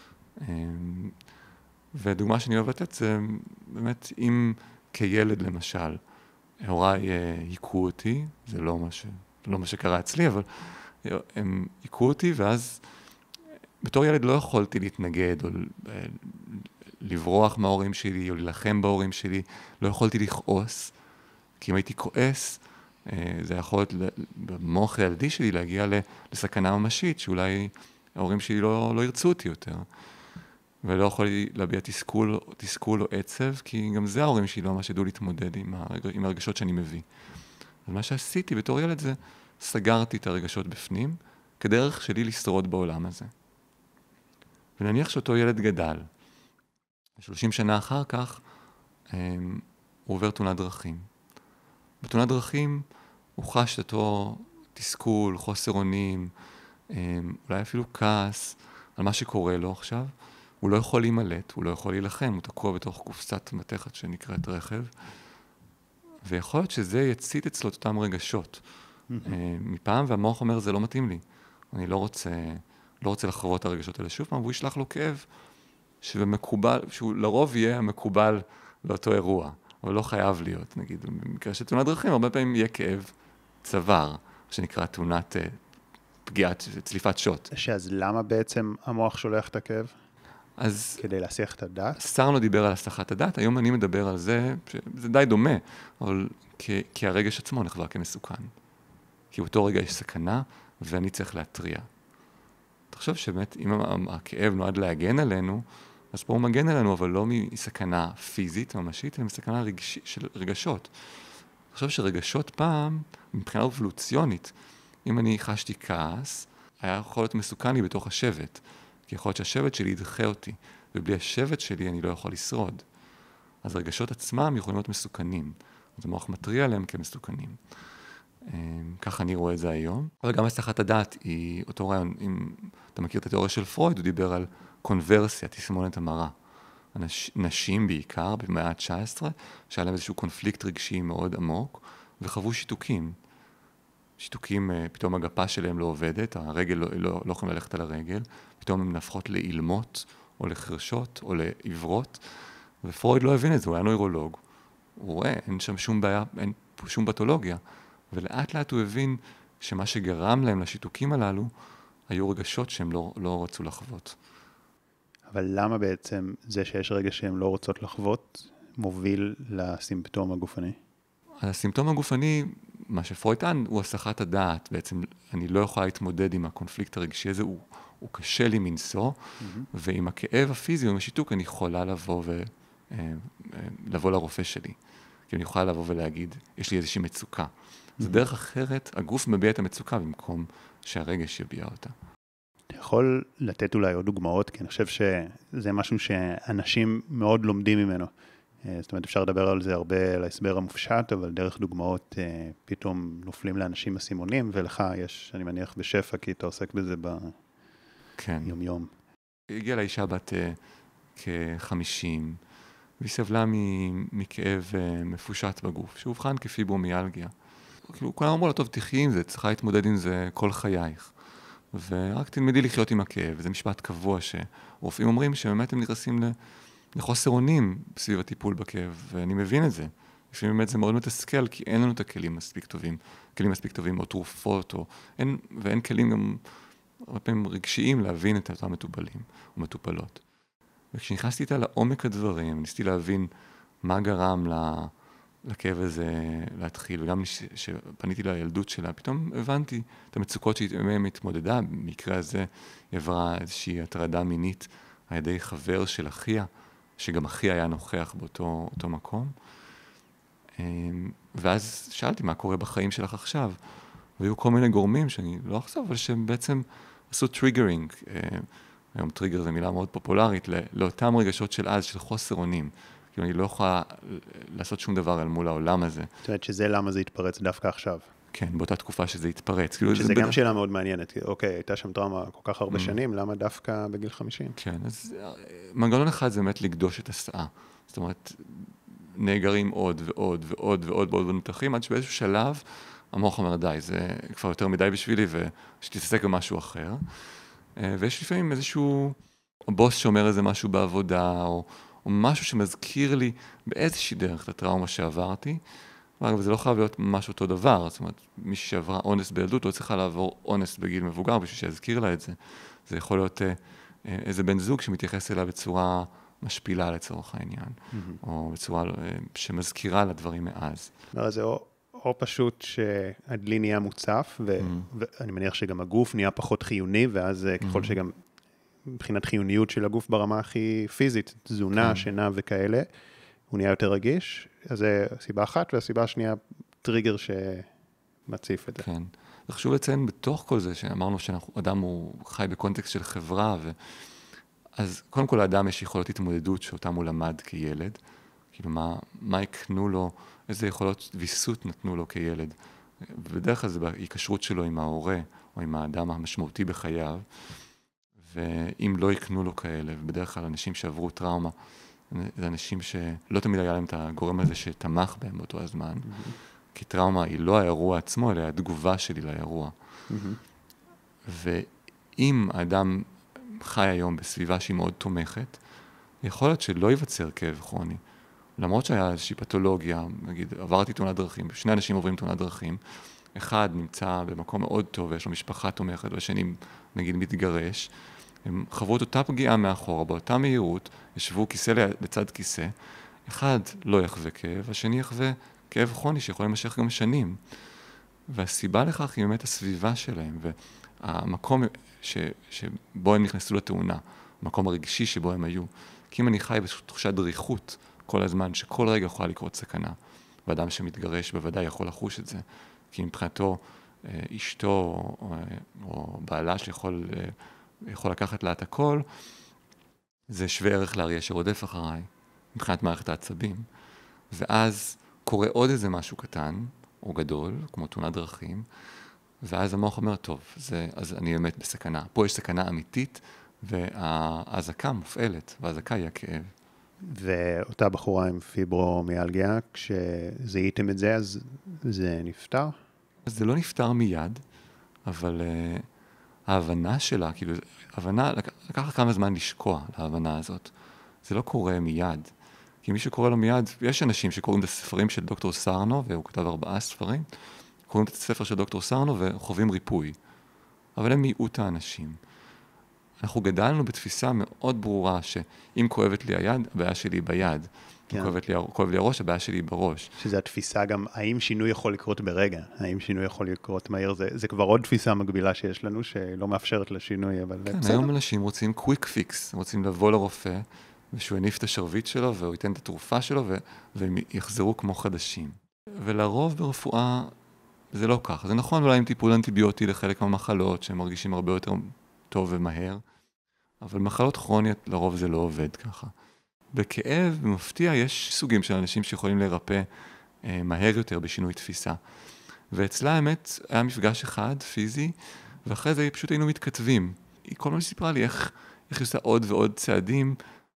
ודוגמה שאני אוהב לתת זה באמת אם כילד למשל, הוריי היכו אותי, זה לא מה שקרה אצלי, אבל הם היכו אותי, ואז בתור ילד לא יכולתי להתנגד, או לברוח מההורים שלי, או להילחם בהורים שלי, לא יכולתי לכעוס, כי אם הייתי כועס, זה יכול להיות במוח הילדי שלי להגיע לסכנה ממשית, שאולי ההורים שלי לא ירצו אותי יותר. ולא יכולתי להביע תסכול או עצב, כי גם זה ההורים שלי לא ממש ידעו להתמודד עם הרגשות שאני מביא. אז מה שעשיתי בתור ילד זה, סגרתי את הרגשות בפנים, כדרך שלי לשרוד בעולם הזה. ונניח שאותו ילד גדל. 30 שנה אחר כך, הוא עובר תאונת דרכים. בתאונת דרכים הוא חש את אותו תסכול, חוסר אונים, אולי אפילו כעס על מה שקורה לו עכשיו. הוא לא יכול להימלט, הוא לא יכול להילחם, הוא תקוע בתוך קופסת מתכת שנקראת רכב. ויכול להיות שזה יצית אצלו את אותם רגשות. מפעם, והמוח אומר, זה לא מתאים לי. אני לא רוצה לחוות את הרגשות האלה שוב פעם, והוא ישלח לו כאב שהוא לרוב יהיה המקובל לאותו אירוע, אבל לא חייב להיות, נגיד, במקרה של תאונת דרכים, הרבה פעמים יהיה כאב צוואר, שנקרא תאונת פגיעת, צליפת שוט. אז למה בעצם המוח שולח את הכאב? אז כדי להסיח את הדעת? סרנו דיבר על הסחת הדעת, היום אני מדבר על זה, זה די דומה, אבל כי הרגש עצמו נחווה כמסוכן. כי באותו רגע יש סכנה, ואני צריך להתריע. תחשוב שבאמת, אם הכאב נועד להגן עלינו, אז פה הוא מגן עלינו, אבל לא מסכנה פיזית, ממשית, אלא מסכנה של רגשות. תחשוב שרגשות פעם, מבחינה אבולוציונית, אם אני חשתי כעס, היה יכול להיות מסוכן לי בתוך השבט, כי יכול להיות שהשבט שלי ידחה אותי, ובלי השבט שלי אני לא יכול לשרוד. אז הרגשות עצמם יכולים להיות מסוכנים, אז המוח מטריע עליהם כמסוכנים. ככה אני רואה את זה היום. אבל גם הסחת הדעת היא אותו רעיון, אם אתה מכיר את התיאוריה של פרויד, הוא דיבר על קונברסיה, תסמונת המרה. נשים בעיקר, במאה ה-19, שהיה להם איזשהו קונפליקט רגשי מאוד עמוק, וחוו שיתוקים. שיתוקים, פתאום הגפה שלהם לא עובדת, הרגל לא יכולים ללכת על הרגל, פתאום הן נהפכות לאילמות, או לחרשות, או לעברות, ופרויד לא הבין את זה, הוא היה נוירולוג. הוא רואה, אין שם שום בעיה, אין שום פתולוגיה. ולאט לאט הוא הבין שמה שגרם להם לשיתוקים הללו, היו רגשות שהם לא רצו לחוות. אבל למה בעצם זה שיש רגש שהם לא רוצות לחוות, מוביל לסימפטום הגופני? הסימפטום הגופני, מה שפרויד טען, הוא הסחת הדעת. בעצם אני לא יכולה להתמודד עם הקונפליקט הרגשי הזה, הוא קשה לי מנשוא, ועם הכאב הפיזי ועם השיתוק אני יכולה לבוא לרופא שלי. כי אני יכולה לבוא ולהגיד, יש לי איזושהי מצוקה. זו דרך אחרת, הגוף מביע את המצוקה במקום שהרגש יביע אותה. אתה יכול לתת אולי עוד דוגמאות, כי אני חושב שזה משהו שאנשים מאוד לומדים ממנו. זאת אומרת, אפשר לדבר על זה הרבה להסבר המופשט, אבל דרך דוגמאות פתאום נופלים לאנשים הסימונים, ולך יש, אני מניח, בשפע, כי אתה עוסק בזה ביום-יום. הגיעה לאישה בת כ-50, והיא סבלה מכאב מפושט בגוף, שאובחן כפיברומיאלגיה. כאילו, כולם אמרו לה, טוב, תחי עם זה, צריכה להתמודד עם זה כל חייך. ורק תלמדי לחיות עם הכאב. זה משפט קבוע שרופאים אומרים שבאמת הם נכנסים לחוסר אונים סביב הטיפול בכאב, ואני מבין את זה. לפעמים באמת זה מאוד מתסכל, כי אין לנו את הכלים מספיק טובים, או תרופות, ואין כלים גם הרבה פעמים רגשיים להבין את אותם מטופלים או מטופלות. וכשנכנסתי איתה לעומק הדברים, ניסיתי להבין מה גרם לכאב הזה להתחיל, וגם כשפניתי לילדות שלה, פתאום הבנתי את המצוקות שהיא מתמודדה. במקרה הזה היא עברה איזושהי הטרדה מינית על ידי חבר של אחיה, שגם אחיה היה נוכח באותו מקום. ואז שאלתי מה קורה בחיים שלך עכשיו, והיו כל מיני גורמים שאני לא אחשוב, אבל שהם בעצם עשו טריגרינג. היום טריגר זה מילה מאוד פופולרית, לאותם רגשות של אז, של חוסר אונים. כאילו אני לא יכולה לעשות שום דבר אל מול העולם הזה. זאת אומרת שזה למה זה התפרץ דווקא עכשיו. כן, באותה תקופה שזה התפרץ. שזה גם שאלה מאוד מעניינת. אוקיי, הייתה שם טראומה כל כך הרבה שנים, למה דווקא בגיל 50? כן, אז מנגנון אחד זה באמת לקדוש את הסאה. זאת אומרת, נאגרים עוד ועוד ועוד ועוד ועוד נתחים, עד שבאיזשהו שלב המוח אומר, די, זה כבר יותר מדי בשבילי, ושתתעסק במשהו אחר. ויש לפעמים איזשהו בוס שאומר איזה משהו בעבודה, או משהו שמזכיר לי באיזושהי דרך את הטראומה שעברתי, וזה לא חייב להיות ממש אותו דבר. זאת אומרת, מי שעברה אונס בילדות לא צריכה לעבור אונס בגיל מבוגר בשביל שיזכיר לה את זה. זה יכול להיות איזה בן זוג שמתייחס אליה בצורה משפילה לצורך העניין, או בצורה שמזכירה לדברים מאז. זה או פשוט שהדלי נהיה מוצף, ואני מניח שגם הגוף נהיה פחות חיוני, ואז ככל שגם מבחינת חיוניות של הגוף ברמה הכי פיזית, תזונה, שינה וכאלה, הוא נהיה יותר רגיש. אז זה סיבה אחת, והסיבה השנייה, טריגר שמציף את זה. כן. וחשוב לציין בתוך כל זה, שאמרנו שאדם הוא חי בקונטקסט של חברה, אז קודם כל לאדם יש יכולות התמודדות שאותם הוא למד כילד, כאילו מה יקנו לו, איזה יכולות ויסות נתנו לו כילד. ובדרך כלל זה בהיקשרות שלו עם ההורה, או עם האדם המשמעותי בחייו, ואם לא יקנו לו כאלה, ובדרך כלל אנשים שעברו טראומה, זה אנשים שלא תמיד היה להם את הגורם הזה שתמך בהם באותו הזמן, כי טראומה היא לא האירוע עצמו, אלא התגובה שלי לאירוע. ואם האדם חי היום בסביבה שהיא מאוד תומכת, יכול להיות שלא ייווצר כאב כרוני. למרות שהיה איזושהי פתולוגיה, נגיד, עברתי תאונת דרכים, שני אנשים עוברים תאונת דרכים, אחד נמצא במקום מאוד טוב, ויש לו משפחה תומכת, והשני, נגיד, מתגרש, הם חוו את אותה פגיעה מאחורה, באותה מהירות, ישבו כיסא לצד כיסא, אחד לא יחווה כאב, השני יחווה כאב כרוני שיכול להימשך גם שנים. והסיבה לכך היא באמת הסביבה שלהם, והמקום שבו הם נכנסו לתאונה, המקום הרגשי שבו הם היו. כי אם אני חי בתחושת דריכות כל הזמן, שכל רגע יכולה לקרות סכנה, ואדם שמתגרש בוודאי יכול לחוש את זה, כי מבחינתו אשתו או בעלה שיכול לקחת לה את הכל, זה שווה ערך לאריה שרודף אחריי, מבחינת מערכת העצבים. ואז קורה עוד איזה משהו קטן, או גדול, כמו תאונת דרכים, ואז המוח אומר, טוב, אז אני באמת בסכנה. פה יש סכנה אמיתית, והאזעקה מופעלת, והאזעקה היא הכאב. ואותה בחורה עם פיברומיאלגיה, כשזיהיתם את זה, אז זה נפטר? אז זה לא נפטר מיד, אבל ההבנה שלה, כאילו, לקח כמה זמן לשקוע להבנה הזאת. זה לא קורה מיד. כי מי שקורא לו מיד, יש אנשים שקוראים את הספרים של דוקטור סרנו, והוא כתב 4 ספרים, קוראים את הספר של דוקטור סרנו וחווים ריפוי. אבל הם מיעוט האנשים. אנחנו גדלנו בתפיסה מאוד ברורה שאם כואבת לי היד, הבעיה שלי היא ביד. אם כואב לי הראש, הבעיה שלי היא בראש. שזה התפיסה גם, האם שינוי יכול לקרות ברגע? האם שינוי יכול לקרות מהר? זה כבר עוד תפיסה מקבילה שיש לנו, שלא מאפשרת לשינוי, אבל כן, היום אנשים רוצים קוויק פיקס, רוצים לבוא לרופא, ושהוא יניף את השרביט שלו, והוא ייתן את התרופה שלו, והם יחזרו כמו חדשים. ולרוב ברפואה זה לא כך. זה נכון אולי עם טיפול אנטיביוטי לחלק מהמחלות, שהם מרגישים הרבה יותר טוב ומהר, אבל מחלות כרוניות לרוב זה לא עובד ככה. בכאב, במפתיע, יש סוגים של אנשים שיכולים להירפא מהר יותר בשינוי תפיסה. ואצלה האמת היה מפגש אחד, פיזי, ואחרי זה פשוט היינו מתכתבים. היא כל הזמן סיפרה לי איך היא עושה עוד ועוד צעדים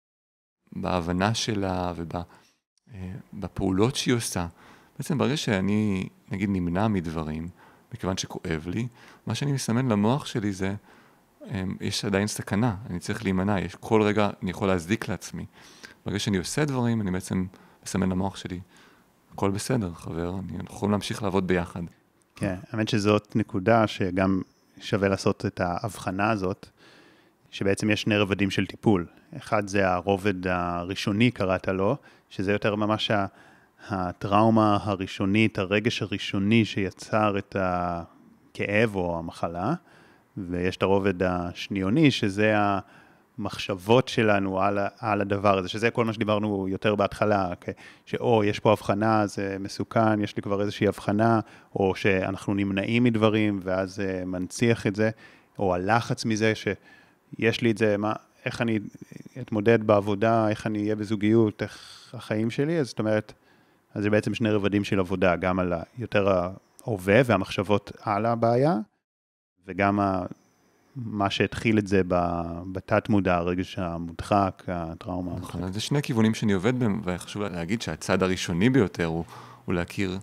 בהבנה שלה ובפעולות שהיא עושה. בעצם ברגע שאני, נגיד, נמנע מדברים, מכיוון שכואב לי, מה שאני מסמן למוח שלי זה, יש עדיין סכנה, אני צריך להימנע, כל רגע אני יכול להזדיק לעצמי. ברגע שאני עושה דברים, אני בעצם מסמן למוח שלי, הכל בסדר, חבר, אני יכול להמשיך לעבוד ביחד. כן, האמת שזאת נקודה שגם שווה לעשות את ההבחנה הזאת, שבעצם יש 2 רבדים של טיפול. אחד זה הרובד הראשוני, קראת לו, שזה יותר ממש הטראומה הראשונית, הרגש הראשוני שיצר את הכאב או המחלה, ויש את הרובד השניוני, שזה המחשבות שלנו על הדבר הזה, שזה כל מה שדיברנו יותר בהתחלה, שאו יש פה הבחנה, זה מסוכן, יש לי כבר איזושהי הבחנה, או שאנחנו נמנעים מדברים, ואז מנציח את זה, או הלחץ מזה שיש לי את זה, איך אני אתמודד בעבודה, איך אני אהיה בזוגיות, איך החיים שלי, אז זאת אומרת, אז זה בעצם 2 רבדים של עבודה, גם על יותר ההווה והמחשבות על הבעיה, וגם מה שהתחיל את זה בתת מודע, הרגש המודחק, הטראומה. נכון, זה 2 כיוונים שאני עובד בהם, וחשוב להגיד שהצד הראשוני ביותר הוא להכיר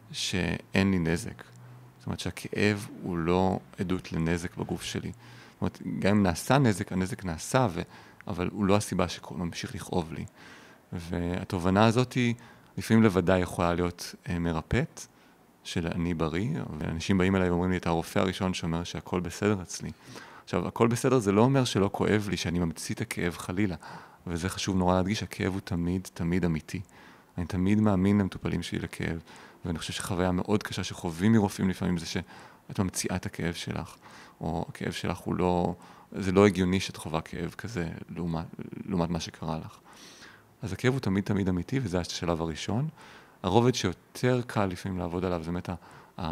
שאין לי נזק. זאת אומרת שהכאב הוא לא עדות לנזק בגוף שלי. זאת אומרת, גם אם נעשה נזק, הנזק נעשה, אבל הוא לא הסיבה שממשיך לכאוב לי. והתובנה הזאת היא, לפעמים לבדה יכולה להיות מרפאת, של אני בריא, ואנשים באים אליי ואומרים לי, אתה הרופא הראשון שאומר שהכל בסדר אצלי. עכשיו, הכל בסדר זה לא אומר שלא כואב לי, שאני ממציא את הכאב חלילה, וזה חשוב נורא להדגיש, הכאב הוא תמיד, תמיד אמיתי. אני תמיד מאמין למטופלים שלי לכאב, ואני חושב שחוויה מאוד קשה שחווים מרופאים לפעמים זה שאת ממציאה את הכאב שלך, או הכאב שלך הוא לא, זה לא הגיוני שאת חווה כאב כזה, לעומת מה שקרה לך. אז הכאב הוא תמיד, תמיד אמיתי, וזה השלב הראשון. הרובד שיותר קל לפעמים לעבוד עליו, זה באמת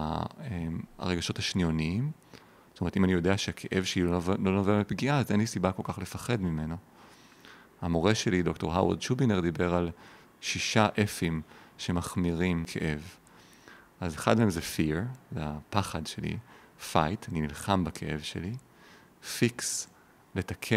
הרגשות השניוניים. זאת אומרת, אם אני יודע שהכאב שלי לא נובע מפגיעה, אז אין לי סיבה כל כך לפחד ממנו. המורה שלי, דוקטור הווארד שובינר, דיבר על 6 F'ים שמחמירים כאב. אז אחד מהם זה fear, זה הפחד שלי, fight, אני נלחם בכאב שלי, fix, לתקן,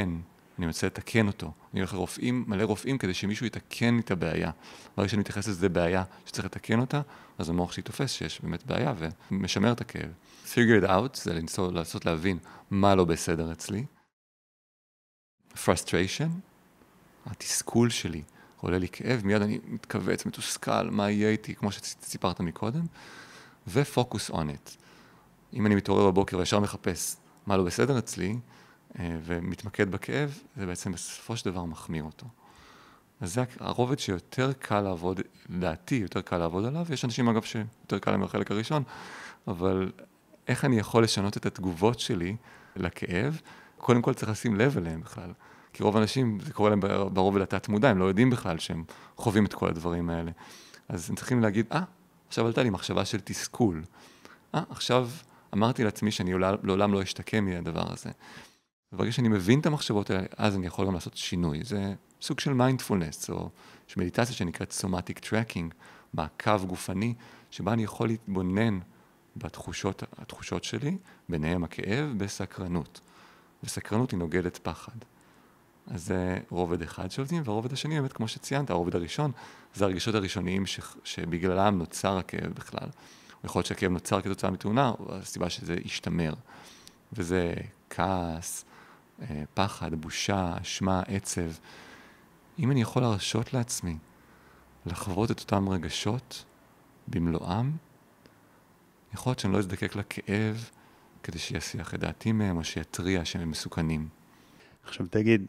אני רוצה לתקן אותו. אני הולך לרופאים, מלא רופאים, כדי שמישהו יתקן את הבעיה. ברגע שאני מתייחס לזה בעיה שצריך לתקן אותה, אז המוח שלי תופס שיש באמת בעיה ומשמר את הכאב. figure it out, זה לנסות להבין מה לא בסדר אצלי. frustration, התסכול שלי, עולה לי כאב, מיד אני מתכווץ, מתוסכל, מה יהיה איתי, כמו שסיפרת מקודם, ו-focus on it. אם אני מתעורר בבוקר וישר מחפש מה לא בסדר אצלי, ומתמקד בכאב, זה בעצם בסופו של דבר מחמיר אותו. אז זה הרובד שיותר קל לעבוד, לדעתי, יותר קל לעבוד עליו, יש אנשים אגב שיותר קל להם בחלק הראשון, אבל איך אני יכול לשנות את התגובות שלי לכאב? קודם כל צריך לשים לב אליהם בכלל. כי רוב האנשים, זה קורה להם ברובד התת מודע, הם לא יודעים בכלל שהם חווים את כל הדברים האלה. אז הם צריכים להגיד, עכשיו עלתה לי מחשבה של תסכול. עכשיו אמרתי לעצמי שאני לעולם לא אשתקם מהדבר הזה. וברגע שאני מבין את המחשבות האלה, אז אני יכול גם לעשות שינוי. זה סוג של מיינדפולנס, או יש מדיטציה שנקראת סומטיק טרקינג, מעקב גופני, שבה אני יכול להתבונן בתחושות שלי, ביניהם הכאב, בסקרנות. וסקרנות היא נוגדת פחד. אז זה רובד אחד שעובדים, והרובד השני, באמת כמו שציינת, הרובד הראשון, זה הרגשות הראשוניים שבגללם נוצר הכאב בכלל. יכול להיות שהכאב נוצר כתוצאה מתאונה, הסיבה שזה ישתמר. וזה כעס, פחד, בושה, אשמה, עצב. אם אני יכול להרשות לעצמי לחוות את אותם רגשות במלואם, יכול להיות שאני לא אזדקק לכאב כדי שיסיח את דעתי מהם או שיתריע שהם מסוכנים. עכשיו תגיד,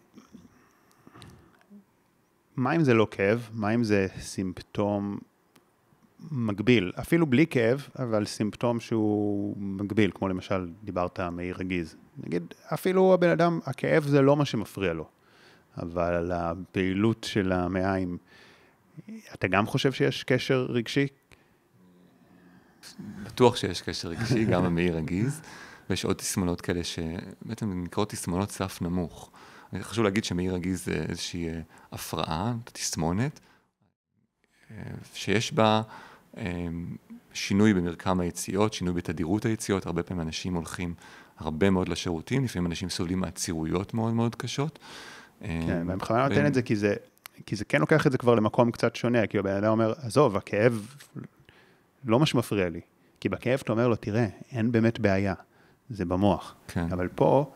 מה אם זה לא כאב? מה אם זה סימפטום מגביל? אפילו בלי כאב, אבל סימפטום שהוא מגביל, כמו למשל דיברת מעי רגיז. נגיד, אפילו הבן אדם, הכאב זה לא מה שמפריע לו, אבל הפעילות של המעיים, אתה גם חושב שיש קשר רגשי? בטוח שיש קשר רגשי, גם המעי רגיז, ויש עוד תסמונות כאלה שבעצם נקראות תסמונות סף נמוך. חשוב להגיד שמעי רגיז זה איזושהי הפרעה, תסמונת, שיש בה שינוי במרקם היציאות, שינוי בתדירות היציאות, הרבה פעמים אנשים הולכים הרבה מאוד לשירותים, לפעמים אנשים סובלים מעצירויות מאוד מאוד קשות. כן, ואני בכוונה נותן את זה כי זה כן לוקח את זה כבר למקום קצת שונה, כי הבן אדם אומר, עזוב, הכאב לא מה שמפריע לי, כי בכאב אתה אומר לו, תראה, אין באמת בעיה, זה במוח. כן. אבל פה,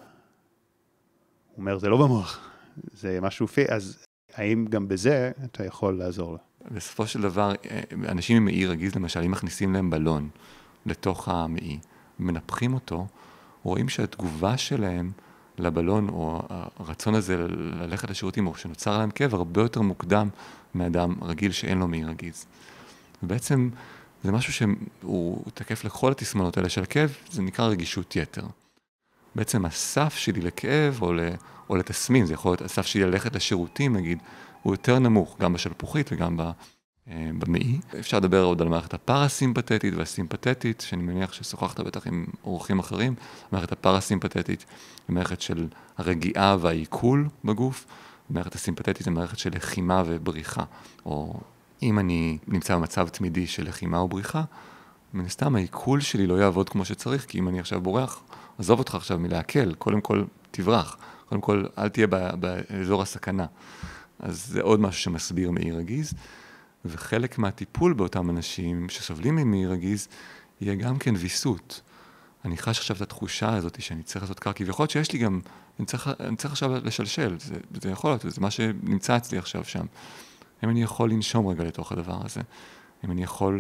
הוא אומר, זה לא במוח, זה משהו אז האם גם בזה אתה יכול לעזור לו? בסופו של דבר, אנשים עם מעי רגיז, למשל, אם מכניסים להם בלון לתוך המעי, מנפחים אותו, רואים שהתגובה שלהם לבלון, או הרצון הזה ללכת לשירותים, או שנוצר להם כאב, הרבה יותר מוקדם מאדם רגיל שאין לו מעי רגיז. ובעצם זה משהו שהוא תקף לכל התסמונות האלה של הכאב, זה נקרא רגישות יתר. בעצם הסף שלי לכאב, או לתסמין, זה יכול להיות הסף שלי ללכת לשירותים, נגיד, הוא יותר נמוך, גם בשלפוחית וגם במעי. אפשר לדבר עוד על מערכת הפרסימפתטית והסימפתטית, שאני מניח ששוחחת בטח עם אורחים אחרים. מערכת הפרסימפתטית היא מערכת של הרגיעה והעיכול בגוף, מערכת הסימפתטית היא מערכת של לחימה ובריחה, או אם אני נמצא במצב תמידי של לחימה או בריחה, מן הסתם העיכול שלי לא יעבוד כמו שצריך, כי אם אני עכשיו בורח, עזוב אותך עכשיו מלהקל, קודם כל תברח, קודם כל אל תהיה באזור הסכנה. אז זה עוד משהו שמסביר מעי רגיז, וחלק מהטיפול באותם אנשים שסובלים ממעי רגיז, יהיה גם כן ויסות. אני חש עכשיו את התחושה הזאת שאני צריך לעשות קר, כביכול להיות שיש לי גם, אני צריך עכשיו לשלשל, זה יכול להיות, זה מה שנמצא אצלי עכשיו שם. אם אני יכול לנשום רגע לתוך הדבר הזה, אם אני יכול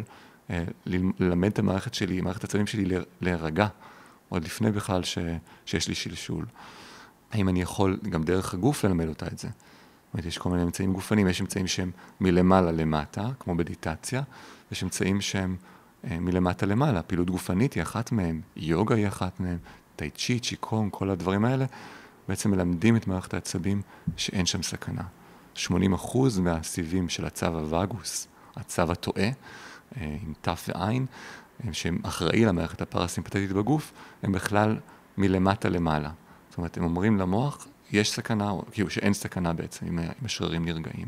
ללמד את המערכת שלי, מערכת הצבעים שלי להירגע, עוד לפני בכלל שיש לי שלשול. האם אני יכול גם דרך הגוף ללמד אותה את זה? זאת אומרת, יש כל מיני אמצעים גופנים, יש אמצעים שהם מלמעלה למטה, כמו מדיטציה, יש אמצעים שהם מלמטה למעלה, פעילות גופנית היא אחת מהם, יוגה היא אחת מהם, טאי צ'י, צ'יקונג, כל הדברים האלה, בעצם מלמדים את מערכת העצבים שאין שם סכנה. 80% מהסיבים של הצו הווגוס, הצו הטועה, עם תף ועין, שהם אחראי למערכת הפרסימפטית בגוף, הם בכלל מלמטה למעלה. זאת אומרת, הם אומרים למוח, יש סכנה, כאילו שאין סכנה בעצם, אם השרירים נרגעים.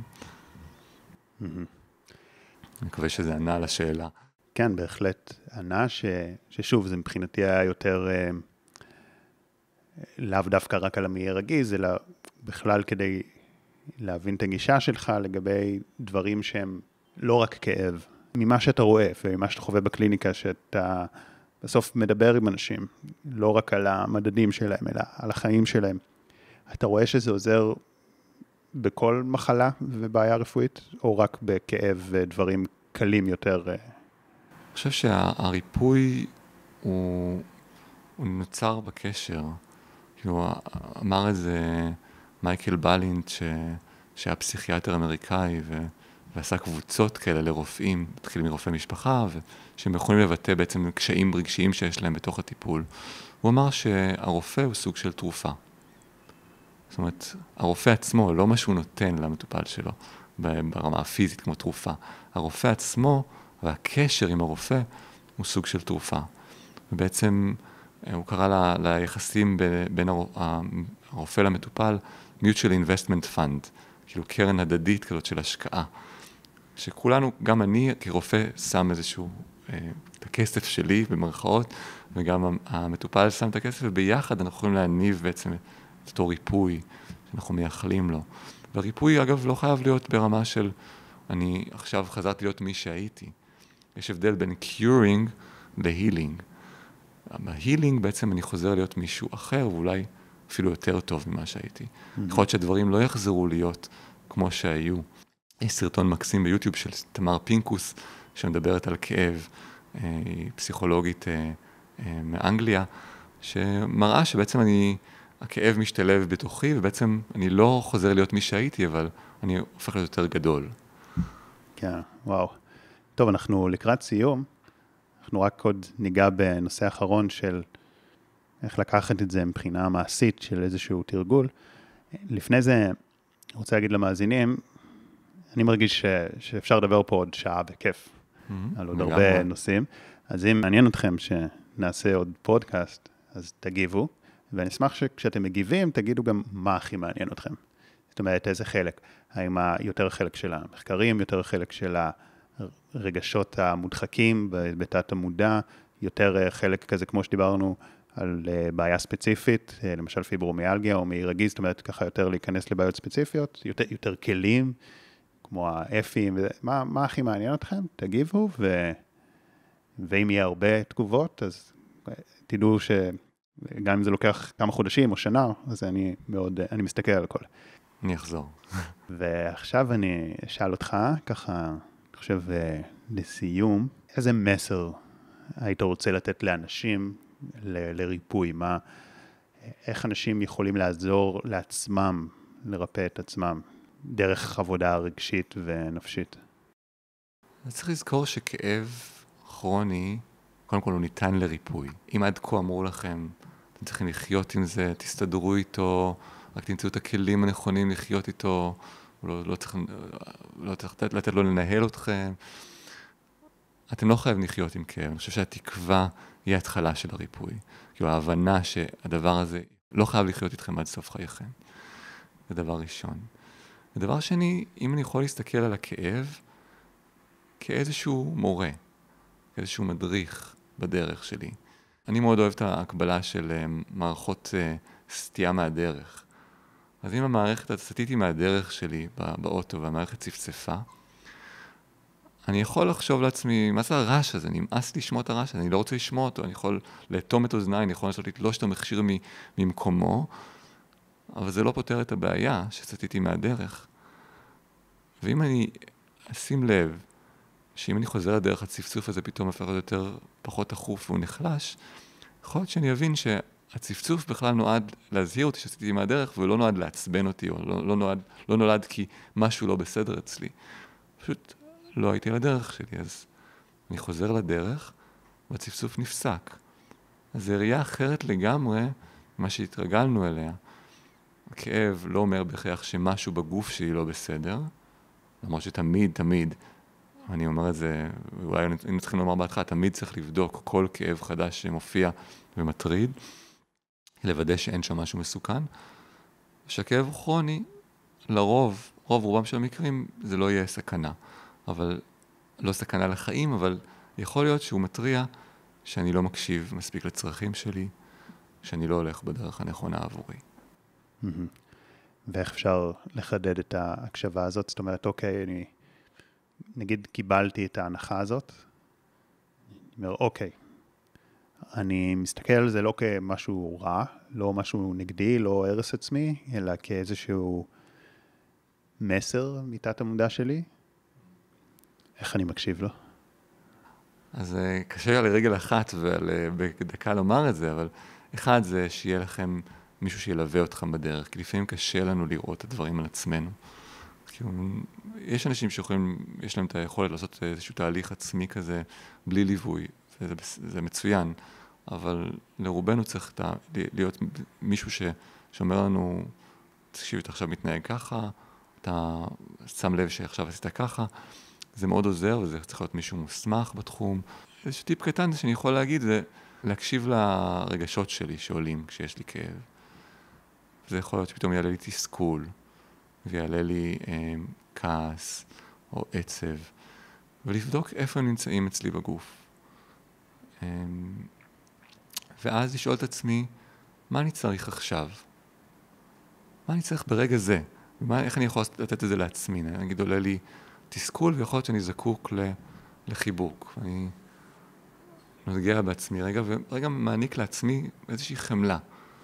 אני מקווה שזה ענה על השאלה. כן, בהחלט ענה ששוב, זה מבחינתי היה יותר לאו דווקא רק על המעי רגיז, אלא בכלל כדי להבין את הגישה שלך לגבי דברים שהם לא רק כאב, ממה שאתה רואה וממה שאתה חווה בקליניקה, שאתה בסוף מדבר עם אנשים, לא רק על המדדים שלהם, אלא על החיים שלהם. אתה רואה שזה עוזר בכל מחלה ובעיה רפואית, או רק בכאב ודברים קלים יותר? אני חושב שהריפוי הוא נוצר בקשר. כאילו, אמר איזה מייקל בלינט, שהיה פסיכיאטר אמריקאי, ועשה קבוצות כאלה לרופאים, התחיל מרופאי משפחה, שהם יכולים לבטא בעצם קשיים רגשיים שיש להם בתוך הטיפול. הוא אמר שהרופא הוא סוג של תרופה. זאת אומרת, הרופא עצמו, לא מה שהוא נותן למטופל שלו, ברמה הפיזית כמו תרופה. הרופא עצמו והקשר עם הרופא הוא סוג של תרופה. ובעצם הוא קרא ליחסים בין הרופא למטופל, mutual investment fund, כאילו קרן הדדית כזאת של השקעה. שכולנו, גם אני כרופא שם איזשהו, את הכסף שלי במרכאות, וגם המטופל שם את הכסף, וביחד אנחנו יכולים להניב בעצם את אותו ריפוי שאנחנו מייחלים לו. והריפוי אגב לא חייב להיות ברמה של, אני עכשיו חזרתי להיות מי שהייתי. יש הבדל בין curing ל-healing. ב-healing בעצם אני חוזר להיות מישהו אחר, ואולי אפילו יותר טוב ממה שהייתי. יכול להיות שהדברים לא יחזרו להיות כמו שהיו. יש סרטון מקסים ביוטיוב של תמר פינקוס, שמדברת על כאב, פסיכולוגית מאנגליה, שמראה שבעצם הכאב משתלב בתוכי, ובעצם אני לא חוזר להיות מי שהייתי, אבל אני הופך להיות יותר גדול. כן, וואו. טוב, אנחנו לקראת סיום, אנחנו רק עוד ניגע בנושא האחרון של איך לקחת את זה מבחינה מעשית של איזשהו תרגול. לפני זה, אני רוצה להגיד למאזינים, אני מרגיש שאפשר לדבר פה עוד שעה בכיף, על עוד הרבה נושאים. אז אם מעניין אתכם שנעשה עוד פודקאסט, אז תגיבו, ואני אשמח שכשאתם מגיבים, תגידו גם מה הכי מעניין אתכם. זאת אומרת, איזה חלק? האם יותר חלק של המחקרים, יותר חלק של הרגשות המודחקים בתת המודע, יותר חלק כזה כמו שדיברנו על בעיה ספציפית, למשל פיברומיאלגיה או מעי רגיז, זאת אומרת ככה יותר להיכנס לבעיות ספציפיות, יותר כלים, כמו האפים, מה הכי מעניין אתכם? תגיבו, ואם יהיה הרבה תגובות, אז תדעו שגם אם זה לוקח כמה חודשים או שנה, אז אני מסתכל על הכל. אני אחזור. ועכשיו אני אשאל אותך, ככה, אני חושב, לסיום, איזה מסר היית רוצה לתת לאנשים לריפוי? איך אנשים יכולים לעזור לעצמם, לרפא את עצמם, דרך עבודה רגשית ונפשית? צריך לזכור שכאב כרוני, קודם כל הוא ניתן לריפוי. אם עד כה אמרו לכם, אתם צריכים לחיות עם זה, תסתדרו איתו, רק תמצאו את הכלים הנכונים לחיות איתו, לא צריך לתת לו לנהל אתכם. אתם לא חייבים לחיות עם כאב. אני חושב שהתקווה היא ההתחלה של הריפוי. כאילו ההבנה שהדבר הזה לא חייב לחיות איתכם עד סוף חייכם. זה דבר ראשון. ודבר שני, אם אני יכול להסתכל על הכאב כאיזשהו מורה, כאיזשהו מדריך בדרך שלי. אני מאוד אוהב את ההקבלה של מערכות סטייה מהדרך. אז אם המערכת סטיתי מהדרך שלי באוטו והמערכת צפצפה, אני יכול לחשוב לעצמי, מה זה הרעש הזה? נמאס לשמוע את הרעש הזה, אני לא רוצה לשמוע אותו, אני יכול לאטום את אוזניי, אני יכול לנסות לתלוש את המכשיר ממקומו, אבל זה לא פותר את הבעיה שסטיתי מהדרך. ואם אני אשים לב, שאם אני חוזר לדרך הצפצוף הזה פתאום הפך יותר פחות תחוף והוא נחלש, יכול להיות שאני אבין שהצפצוף בכלל נועד להזהיר אותי שסטיתי מהדרך, ולא נועד לעצבן אותי, או לא נולד כי משהו לא בסדר אצלי. פשוט לא הייתי לדרך שלי, אז אני חוזר לדרך, והצפצוף נפסק. אז זה ראייה אחרת לגמרי ממה שהתרגלנו אליה. הכאב לא אומר בכך שמשהו בגוף שלי לא בסדר, למרות שתמיד, אני אומר את זה, אולי היינו צריכים לומר בהתחלה, תמיד צריך לבדוק כל כאב חדש שמופיע ומטריד, לוודא שאין שם משהו מסוכן. שהכאב הוא כרוני, לרוב, רובם של המקרים, זה לא יהיה סכנה. אבל, לא סכנה לחיים, אבל יכול להיות שהוא מטריע שאני לא מקשיב מספיק לצרכים שלי, שאני לא הולך בדרך הנכונה עבורי. ואיך אפשר לחדד את ההקשבה הזאת. זאת אומרת, אוקיי, נגיד קיבלתי את ההנחה הזאת, אני אומר, אוקיי, אני מסתכל על זה לא כמשהו רע, לא משהו נגדי, לא הרס עצמי, אלא כאיזשהו מסר מתת המודע שלי. איך אני מקשיב לו? אז קשה לי לרגל אחת ובדקה לומר את זה, אבל אחד זה שיהיה לכם מישהו שילווה אתכם בדרך, כי לפעמים קשה לנו לראות את הדברים על עצמנו. כאילו, יש אנשים שיכולים, יש להם את היכולת לעשות איזשהו תהליך עצמי כזה, בלי ליווי, וזה מצוין, אבל לרובנו צריך להיות מישהו שאומר לנו, תקשיב, אתה עכשיו מתנהג ככה, אתה שם לב שעכשיו עשית ככה, זה מאוד עוזר, וזה צריך להיות מישהו מוסמך בתחום. איזשהו טיפ קטן שאני יכול להגיד, זה להקשיב לרגשות שלי שעולים כשיש לי כאב. זה יכול להיות שפתאום יעלה לי תסכול, ויעלה לי כעס או עצב, ולבדוק איפה הם נמצאים אצלי בגוף. ואז לשאול את עצמי, מה אני צריך עכשיו? מה אני צריך ברגע זה? איך אני יכול לתת את זה לעצמי? נגיד עולה לי תסכול, ויכול להיות שאני זקוק לחיבוק. אני נוגע בעצמי רגע, ורגע מעניק לעצמי איזושהי חמלה.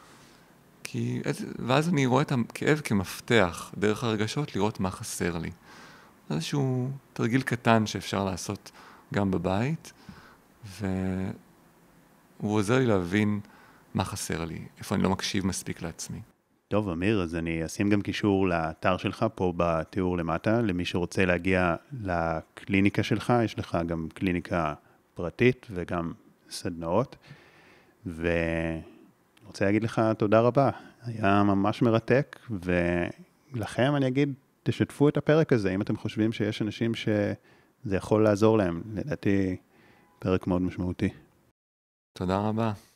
ואז אני רואה את הכאב כמפתח, דרך הרגשות, לראות מה חסר לי. איזשהו תרגיל קטן שאפשר לעשות גם בבית, והוא עוזר לי להבין מה חסר לי, איפה אני לא מקשיב מספיק לעצמי. טוב, אמיר, אז אני אשים גם קישור לאתר שלך פה בתיאור למטה, למי שרוצה להגיע לקליניקה שלך, יש לך גם קליניקה פרטית וגם סדנאות, רוצה להגיד לך תודה רבה, היה ממש מרתק, ולכם אני אגיד, תשתפו את הפרק הזה, אם אתם חושבים שיש אנשים שזה יכול לעזור להם, לדעתי פרק מאוד משמעותי. תודה רבה.